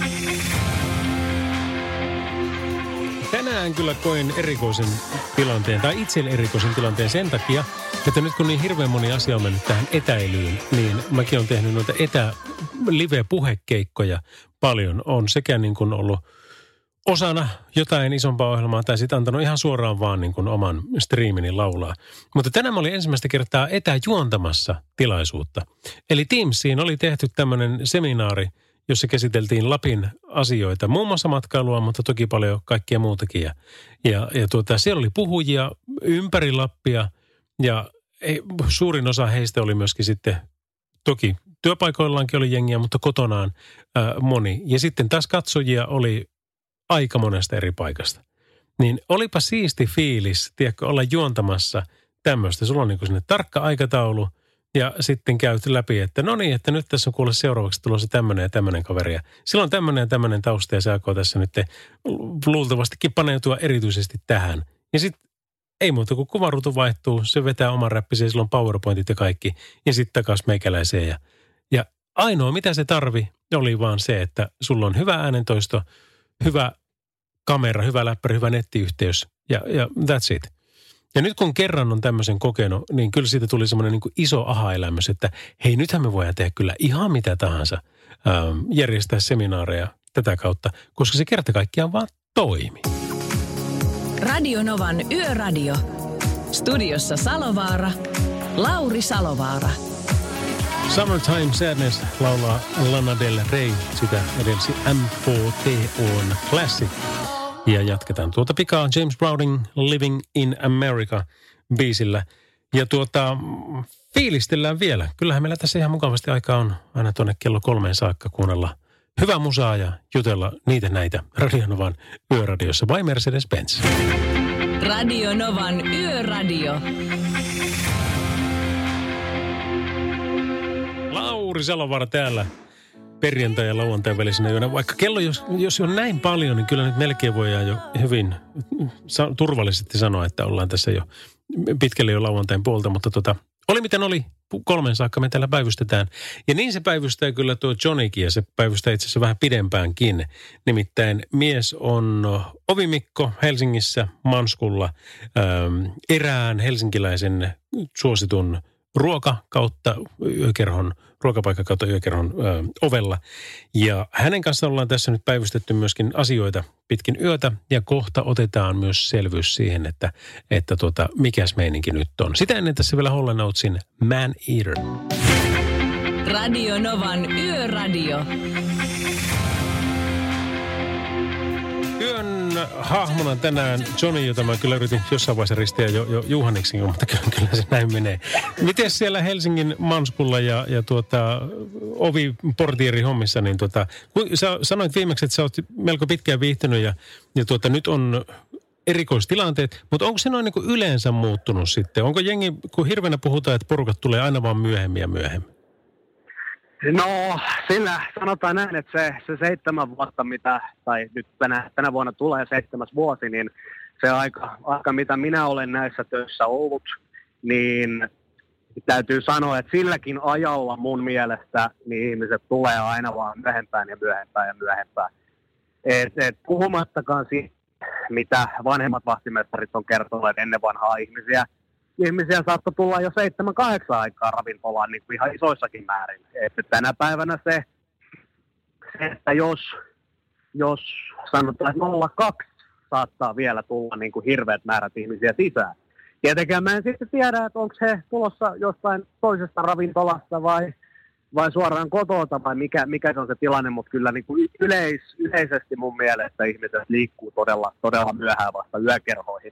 Tänään kyllä koin erikoisen tilanteen, tai itselle erikoisen tilanteen sen takia, että nyt kun niin hirveän moni asia on mennyt tähän etäilyyn, niin mäkin olen tehnyt noita live-puhekeikkoja paljon. On sekä niin kuin ollut osana jotain isompaa ohjelmaa, tai sitten antanut ihan suoraan vaan niin kuin oman striimini laulaa. Mutta tänään mä olin ensimmäistä kertaa etäjuontamassa tilaisuutta. Eli Teamsiin oli tehty tämmöinen seminaari, jossa käsiteltiin Lapin asioita, muun muassa matkailua, mutta toki paljon kaikkia muutakin. Ja siellä oli puhujia ympäri Lappia ja suurin osa heistä oli myöskin sitten, toki työpaikoillaankin oli jengiä, mutta kotonaan moni. Ja sitten taas katsojia oli aika monesta eri paikasta. Niin olipa siisti fiilis, tiedätkö, olla juontamassa tämmöistä. Sulla on niin kuin sinne tarkka aikataulu. Ja sitten käyt läpi, että no niin, että nyt tässä on kuule seuraavaksi tulossa tämmöinen ja tämmöinen kaveri. Ja silloin tämmöinen ja tämmöinen tausta ja se alkoi tässä nyt luultavastikin paneutua erityisesti tähän. Ja sitten ei muuta kuin kuvaruutu vaihtuu, se vetää oman räppisen, silloin PowerPointit ja kaikki. Ja sitten takaisin meikäläiseen. Ja ainoa mitä se tarvi oli vaan se, että sulla on hyvä äänentoisto, hyvä kamera, hyvä läppäri, hyvä nettiyhteys ja that's it. Ja nyt kun kerran on tämmöisen kokenut, niin kyllä siitä tuli semmoinen niin kuin iso aha-elämys, että hei, nythän me voidaan tehdä kyllä ihan mitä tahansa, järjestää seminaareja tätä kautta, koska se kerta kaikkiaan vaan toimi. Radio Novan Yöradio. Studiossa Salovaara, Lauri Salovaara. Summertime Sadness laulaa Lana Del Rey, sitä edelsi M4TO:n Classic. Ja jatketaan tuota pikaa James Browning Living in America -biisillä. Ja fiilistellään vielä. Kyllähän meillä tässä ihan mukavasti aikaa on aina tuonne kello 3 saakka kuunnella hyvää musaa ja jutella niitä näitä Radio Novan Yöradiossa by Mercedes-Benz. Radio Novan Yöradio. Lauri Salovaara täällä perjantai- ja lauantain välisenä yönä. Vaikka kello, jos on näin paljon, niin kyllä nyt melkein voidaan jo hyvin turvallisesti sanoa, että ollaan tässä jo pitkälle jo lauantain puolta. Mutta oli miten oli, 3 saakka me täällä päivystetään. Ja niin se päivystää kyllä tuo Johnnykin, ja se päivystää itse asiassa vähän pidempäänkin. Nimittäin mies on Ovimikko Helsingissä Manskulla erään helsinkiläisen suositun ruokapaikka kautta yökerhon ovella. Ja hänen kanssaan ollaan tässä nyt päivystetty myöskin asioita pitkin yötä, ja kohta otetaan myös selvyys siihen, että mikäs meininki nyt on. Sitä ennen tässä vielä Hall & Oatesin Man Eater. Radio Novan Yöradio. Yön hahmona tänään Johnny, jota mä kyllä yritin jossain vaiheessa ristiä jo Juhanniksen, mutta kyllä se näin menee. Miten siellä Helsingin Manskulla ja oviportieri hommissa, niin sä sanoit viimeksi, että sä oot melko pitkään viihtynyt ja nyt on erikoistilanteet, mutta onko se noin niin kuin yleensä muuttunut sitten? Onko jengi, kun hirveänä puhutaan, että porukat tulee aina vaan myöhemmin ja myöhemmin? No, sillä sanotaan näin, että se 7 vuotta, tai nyt tänä vuonna tulee 7. vuosi, niin se aika, mitä minä olen näissä töissä ollut, niin täytyy sanoa, että silläkin ajalla mun mielestä niin ihmiset tulee aina vaan myöhempään ja myöhempään ja myöhempään. Et puhumattakaan siitä, mitä vanhemmat vahtimestarit on kertoneet ennen vanhaa ihmisiä saattoi tulla jo 7-8 aikaa ravintolaan niin kuin ihan isoissakin määrin. Että tänä päivänä se että jos sanotaan, että 02 saattaa vielä tulla niin kuin hirveät määrät ihmisiä sisään. Tietenkään mä en sitten tiedä, että onko he tulossa jostain toisesta ravintolasta vai suoraan kotota vai mikä se on se tilanne, mutta kyllä niin kuin yleisesti mun mielestä ihmiset liikkuu todella myöhään vasta yökerhoihin.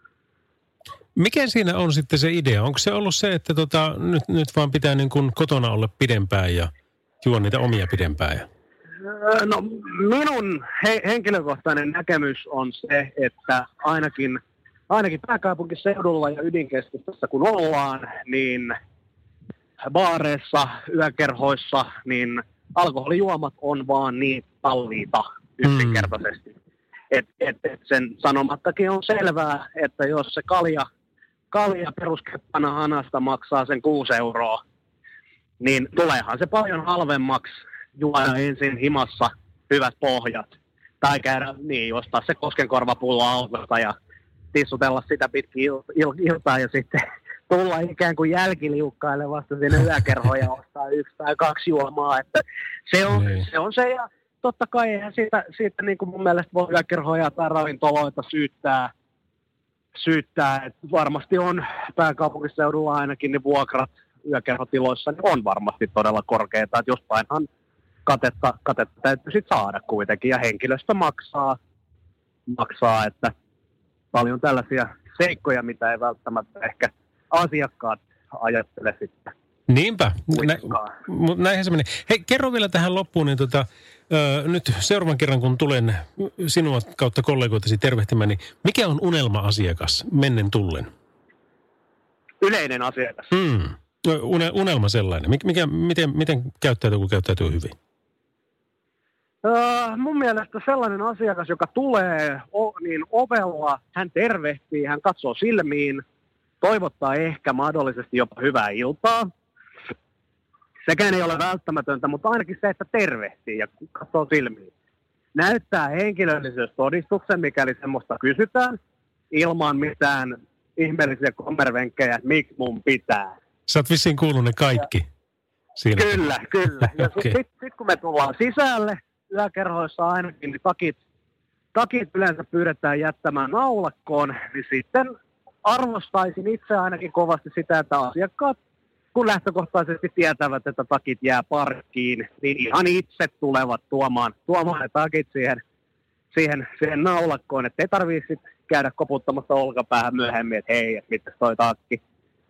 Mikä siinä on sitten se idea? Onko se ollut se, että nyt vaan pitää niin kuin kotona olla pidempään ja juo niitä omia pidempään? No minun henkilökohtainen näkemys on se, että ainakin pääkaupunkiseudulla ja ydinkeskustassa kun ollaan, niin baareissa, yökerhoissa, niin alkoholijuomat on vaan niin kalliita yksinkertaisesti. Et sen sanomattakin on selvää, että jos se kalja peruskeppana hanasta maksaa sen 6 €, niin tuleehan se paljon halvemmaksi juoda ensin himassa hyvät pohjat. Tai käydä ostaa se koskenkorvapullo autosta ja tissutella sitä pitkin iltaa ja sitten tulla ikään kuin jälkiliukkaille vasta sinne yökerhoon ja ostaa 1 tai 2 juomaa. Että se on se ja totta kai eihän siitä niin kuin mun mielestä voi yökerhoja tai ravintoloita syyttää, että varmasti on pääkaupunkiseudulla ainakin ne vuokrat yökerhotiloissa, niin on varmasti todella korkeita, että jostainhan katetta täytyy sitten saada kuitenkin, ja henkilöstö maksaa, että paljon tällaisia seikkoja, mitä ei välttämättä ehkä asiakkaat ajattele sitten. Niinpä, näinhän se menee. Hei, kerro vielä tähän loppuun, niin nyt seuraavan kerran, kun tulen sinua kautta kollegoitasi tervehtimään, niin mikä on unelma-asiakas mennen tullen? Yleinen asiakas. Unelma sellainen. Miten käyttäytyy, kun käyttäytyy hyvin? Mun mielestä sellainen asiakas, joka tulee niin ovella, hän tervehtii, hän katsoo silmiin, toivottaa ehkä mahdollisesti jopa hyvää iltaa. Sekään ei ole välttämätöntä, mutta ainakin se, että tervehtii ja katsoo silmiin. Näyttää henkilöllisyystodistuksen, mikäli semmoista kysytään, ilman mitään ihmeellisiä kommervenkkejä, että miksi mun pitää. Sä oot vissiin kuullut ne kaikki. Siinä. Kyllä. Ja okay. Sitten kun me tullaan sisälle, yökerhoissa ainakin, niin takit yleensä pyydetään jättämään naulakkoon, niin sitten arvostaisin itse ainakin kovasti sitä, että asiakkaat, kun lähtökohtaisesti tietävät, että takit jää parkkiin, niin ihan itse tulevat tuomaan ne takit siihen naulakkoon, että ei tarvitse käydä koputtamassa olkapäähän myöhemmin, että hei, että mitäs toi takki.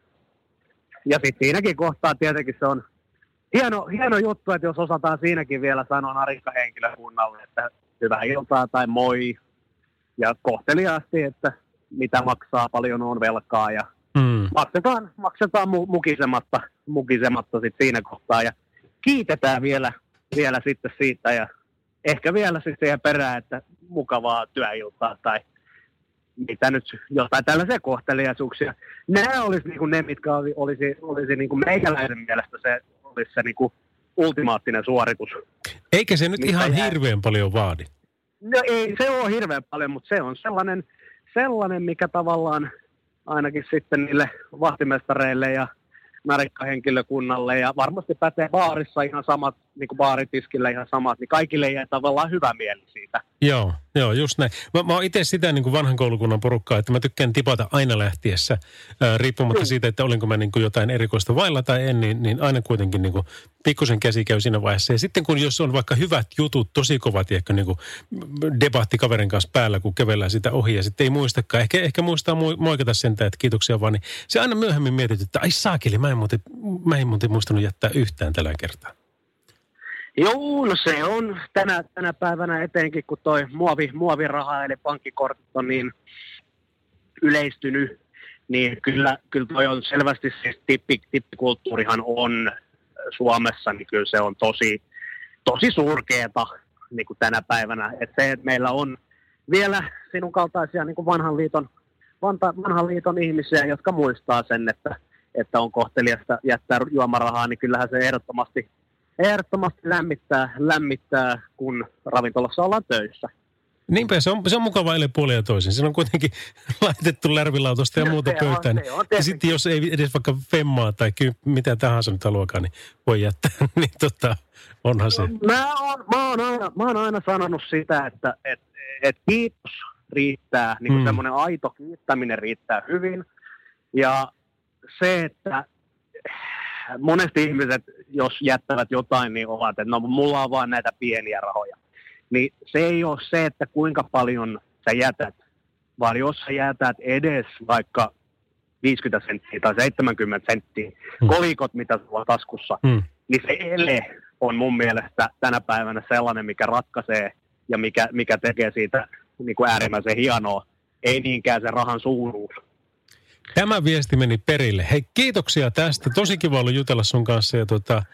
Ja sitten siinäkin kohtaa tietenkin se on hieno juttu, että jos osataan siinäkin vielä sanoa narikkahenkilökunnalle, että hyvää iltaa tai moi. Ja kohteliaasti, että mitä maksaa, paljon on velkaa ja maksetaan mukisematta sit siinä kohtaa. Ja kiitetään vielä sitten siitä ja ehkä vielä sitten siihen perään, että mukavaa työiltaa tai mitä nyt, jotain tällaisia kohteliaisuuksia. Nämä olisi niinku ne, mitkä olisi niinku meikäläisen mielestä se olisi se niinku ultimaattinen suoritus. Eikä se nyt ihan hirveän paljon vaadi. No ei se ole hirveän paljon, mutta se on sellainen, mikä tavallaan ainakin sitten niille vahtimestareille ja narikkahenkilökunnalle ja varmasti pätee baarissa ihan samat, niin kuin baaritiskillä ihan samat, niin kaikille jää tavallaan hyvä mieli siitä. Joo, just näin. Mä oon itse sitä niin kuin vanhan koulukunnan porukkaa, että mä tykkään tipata aina lähtiessä, riippumatta siitä, että olinko mä niin kuin jotain erikoista vailla tai en, niin aina kuitenkin niin kuin pikkusen käsi käy siinä vaiheessa. Ja sitten kun jos on vaikka hyvät jutut, tosi kovat, ehkä niin kuin debatti kaverin kanssa päällä, kun kävellään sitä ohi ja sitten ei muistakaan. Ehkä muistaa moikata sentään, että kiitoksia vaan, niin se aina myöhemmin mietit, että ai saakeli, mä en muuten muistanut jättää yhtään tällä kertaa. Joo, no se on tänä päivänä etenkin, kun toi muoviraha eli pankkikortit on niin yleistynyt, niin kyllä toi on selvästi siis tippikulttuurihan on Suomessa, niin kyllä se on tosi surkeeta niin kuin tänä päivänä. Että se, että meillä on vielä sinun kaltaisia niin kuin vanhan liiton ihmisiä, jotka muistaa sen, että on kohteliasta jättää juomarahaa, niin kyllähän se ehdottomasti lämmittää, kun ravintolassa ollaan töissä. Niinpä, se on mukava eilen puolin ja toisin. Siinä on kuitenkin laitettu lärvilautosta ja muuta pöytään. Ja sitten jos ei edes vaikka femmaa tai mitä tahansa nyt haluakaan, niin voi jättää. Niin onhan se. Mä oon aina sanonut sitä, että kiitos riittää. Niin kuin semmoinen aito kiittäminen riittää hyvin. Ja se, että monesti ihmiset, jos jättävät jotain, niin ovat, että no mulla on vaan näitä pieniä rahoja. Niin se ei ole se, että kuinka paljon sä jätät, vaan jos sä jätät edes vaikka 50 senttiä tai 70 senttiä kolikot, mitä sulla on taskussa, niin se ele on mun mielestä tänä päivänä sellainen, mikä ratkaisee ja mikä tekee siitä niin kuin äärimmäisen hienoa, ei niinkään se rahan suuruus. Tämä viesti meni perille. Hei, kiitoksia tästä. Tosi kiva ollut jutella sun kanssa ja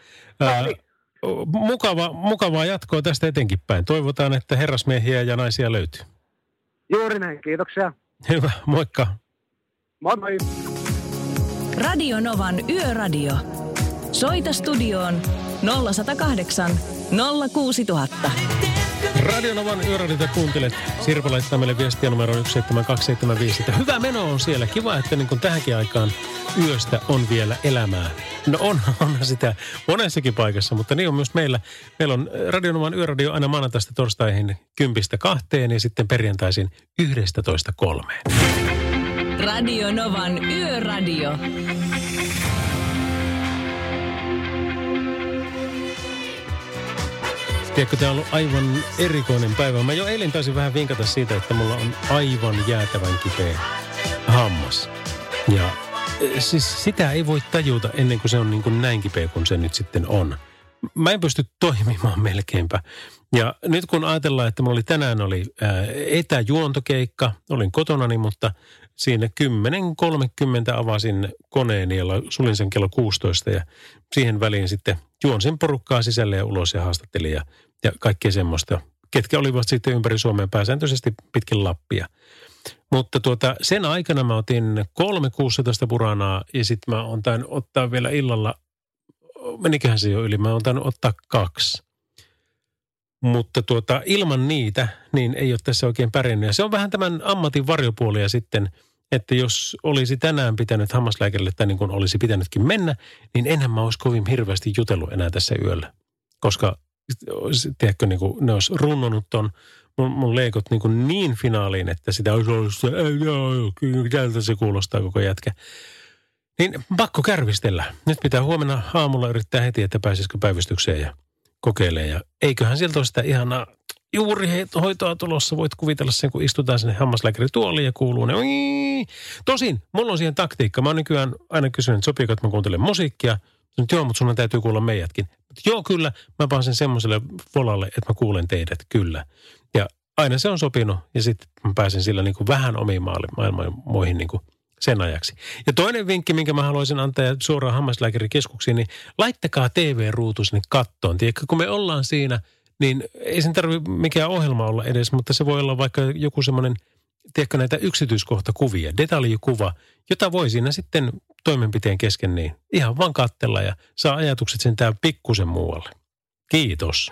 mukavaa jatkoa tästä etenkin päin. Toivotaan, että herrasmiehiä ja naisia löytyy. Juuri näin, kiitoksia. Hyvä, moikka. Moi moi. Radio Novan Yöradio. Soita studioon 0108 06000. Radio Novan Yöradiota kuuntelet. Sirpa laittaa meille viestiä numero 17275. Hyvä meno on siellä. Kiva, että niin kuin tähänkin aikaan yöstä on vielä elämää. No onhan sitä monessakin paikassa, mutta niin on myös meillä. Meillä on Radio Novan Yöradio aina maanantaista torstaihin 10:2 ja sitten perjantaisin 11:3. Radio Novan Yöradio. Tiedätkö, tämä on ollut aivan erikoinen päivä. Mä jo eilen taisin vähän vinkata siitä, että mulla on aivan jäätävän kipeä hammas. Ja siis sitä ei voi tajuta ennen kuin se on niin kuin näin kipeä kuin se nyt sitten on. Mä en pysty toimimaan melkeinpä. Ja nyt kun ajatellaan, että mulla tänään oli etäjuontokeikka, olin kotonani, mutta siinä 10:30 avasin koneen ja sulin sen kello 16 ja siihen väliin sitten juonsin porukkaa sisälle ja ulos ja haastattelin ja kaikkea semmoista, ketkä olivat sitten ympäri Suomea pääsääntöisesti pitkin Lappia. Mutta sen aikana mä otin 3 16 puranaa ja sitten mä oon tainnut ottaa vielä illalla, meniköhän se jo yli, mä oon tainnut ottaa 2. Mutta ilman niitä, niin ei ole tässä oikein pärjännyt. Ja se on vähän tämän ammatin varjopuolia sitten, että jos olisi tänään pitänyt hammaslääkärille tai niin kuin olisi pitänytkin mennä, niin enhän mä olisi kovin hirveästi jutellut enää tässä yöllä. Koska tiedätkö, niin kuin ne olisi runnonut ton mun leikot niin finaaliin, että sitä olisi ollut, tältä se kuulostaa koko jätkä. Niin pakko kärvistellä. Nyt pitää huomenna aamulla yrittää heti, että pääsisikö päivystykseen ja kokeilee. Ja eiköhän sieltä ole sitä ihanaa juuri hoitoa tulossa. Voit kuvitella sen, kun istutaan sinne hammaslääkärituoliin ja kuuluu ne. Tosin, mulla on siihen taktiikka. Mä oon nykyään aina kysynyt, että sopiiko, että mä kuuntelen musiikkia. Joo, mutta sun täytyy kuulla meidätkin. Joo, kyllä. Mä pääsen semmoiselle volalle, että mä kuulen teidät, kyllä. Ja aina se on sopinut ja sitten mä pääsen sillä niin kuin vähän omiin maailmoihin niin kuin sen ajaksi. Ja toinen vinkki, minkä mä haluaisin antaa suoraan hammaslääkärikeskuksiin, niin laittakaa TV-ruutu sinne kattoon. Tiedätkö, kun me ollaan siinä, niin ei sen tarvitse mikään ohjelma olla edes, mutta se voi olla vaikka joku semmoinen, tiedätkö, näitä yksityiskohtakuvia, detaljikuva, jota voi siinä sitten toimenpiteen kesken niin ihan vaan katsella ja saa ajatukset sentään pikkusen muualle. Kiitos.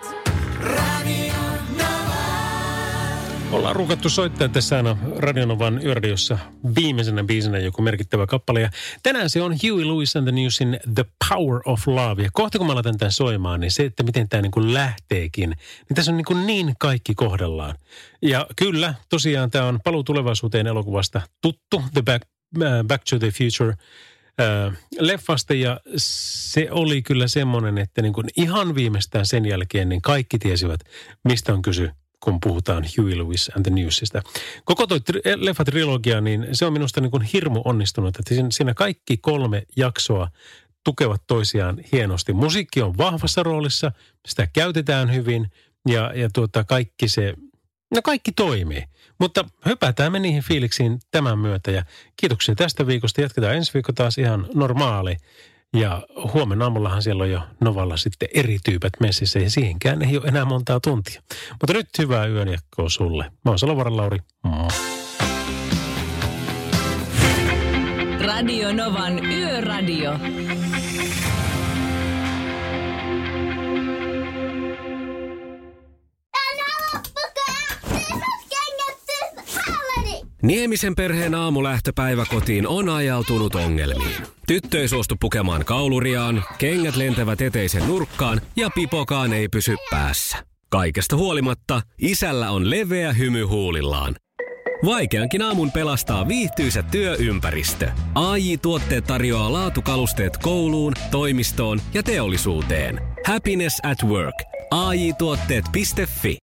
Ollaan ruukattu soittaa tässä aina Radio Novan yöradiossa viimeisenä biisenä joku merkittävä kappale. Ja tänään se on Huey Lewis and the Newsin The Power of Love. Ja kohta kun mä laitan tämän soimaan, niin se, että miten tämä niin kuin lähteekin, niin tässä on niin kaikki kohdallaan. Ja kyllä, tosiaan tämä on Paluu tulevaisuuteen elokuvasta tuttu, The Back to the Future leffasta. Ja se oli kyllä semmoinen, että niin kuin ihan viimeistään sen jälkeen niin kaikki tiesivät, mistä on kyse, kun puhutaan Huey Lewis and the Newsista. Koko toi leffatrilogia, niin se on minusta niin kuin hirmu onnistunut, että siinä kaikki 3 jaksoa tukevat toisiaan hienosti. Musiikki on vahvassa roolissa, sitä käytetään hyvin ja kaikki se, kaikki toimii. Mutta hypätään me niihin fiiliksiin tämän myötä ja kiitoksia tästä viikosta. Jatketaan ensi viikko taas ihan normaali. Ja huomenna aamullahan siellä on jo Novalla sitten eri tyypät messissä ja siihenkään ei ole enää montaa tuntia. Mutta nyt hyvää yönjakkoa sulle. Mä oon Salovaara Lauri. Radio Novan Yöradio. Niemisen perheen aamulähtöpäivä kotiin on ajautunut ongelmiin. Tyttö ei suostu pukemaan kauluriaan, kengät lentävät eteisen nurkkaan ja pipokaan ei pysy päässä. Kaikesta huolimatta, isällä on leveä hymy huulillaan. Vaikeankin aamun pelastaa viihtyisä työympäristö. AJ-tuotteet tarjoaa laatukalusteet kouluun, toimistoon ja teollisuuteen. Happiness at work. AJ-tuotteet.fi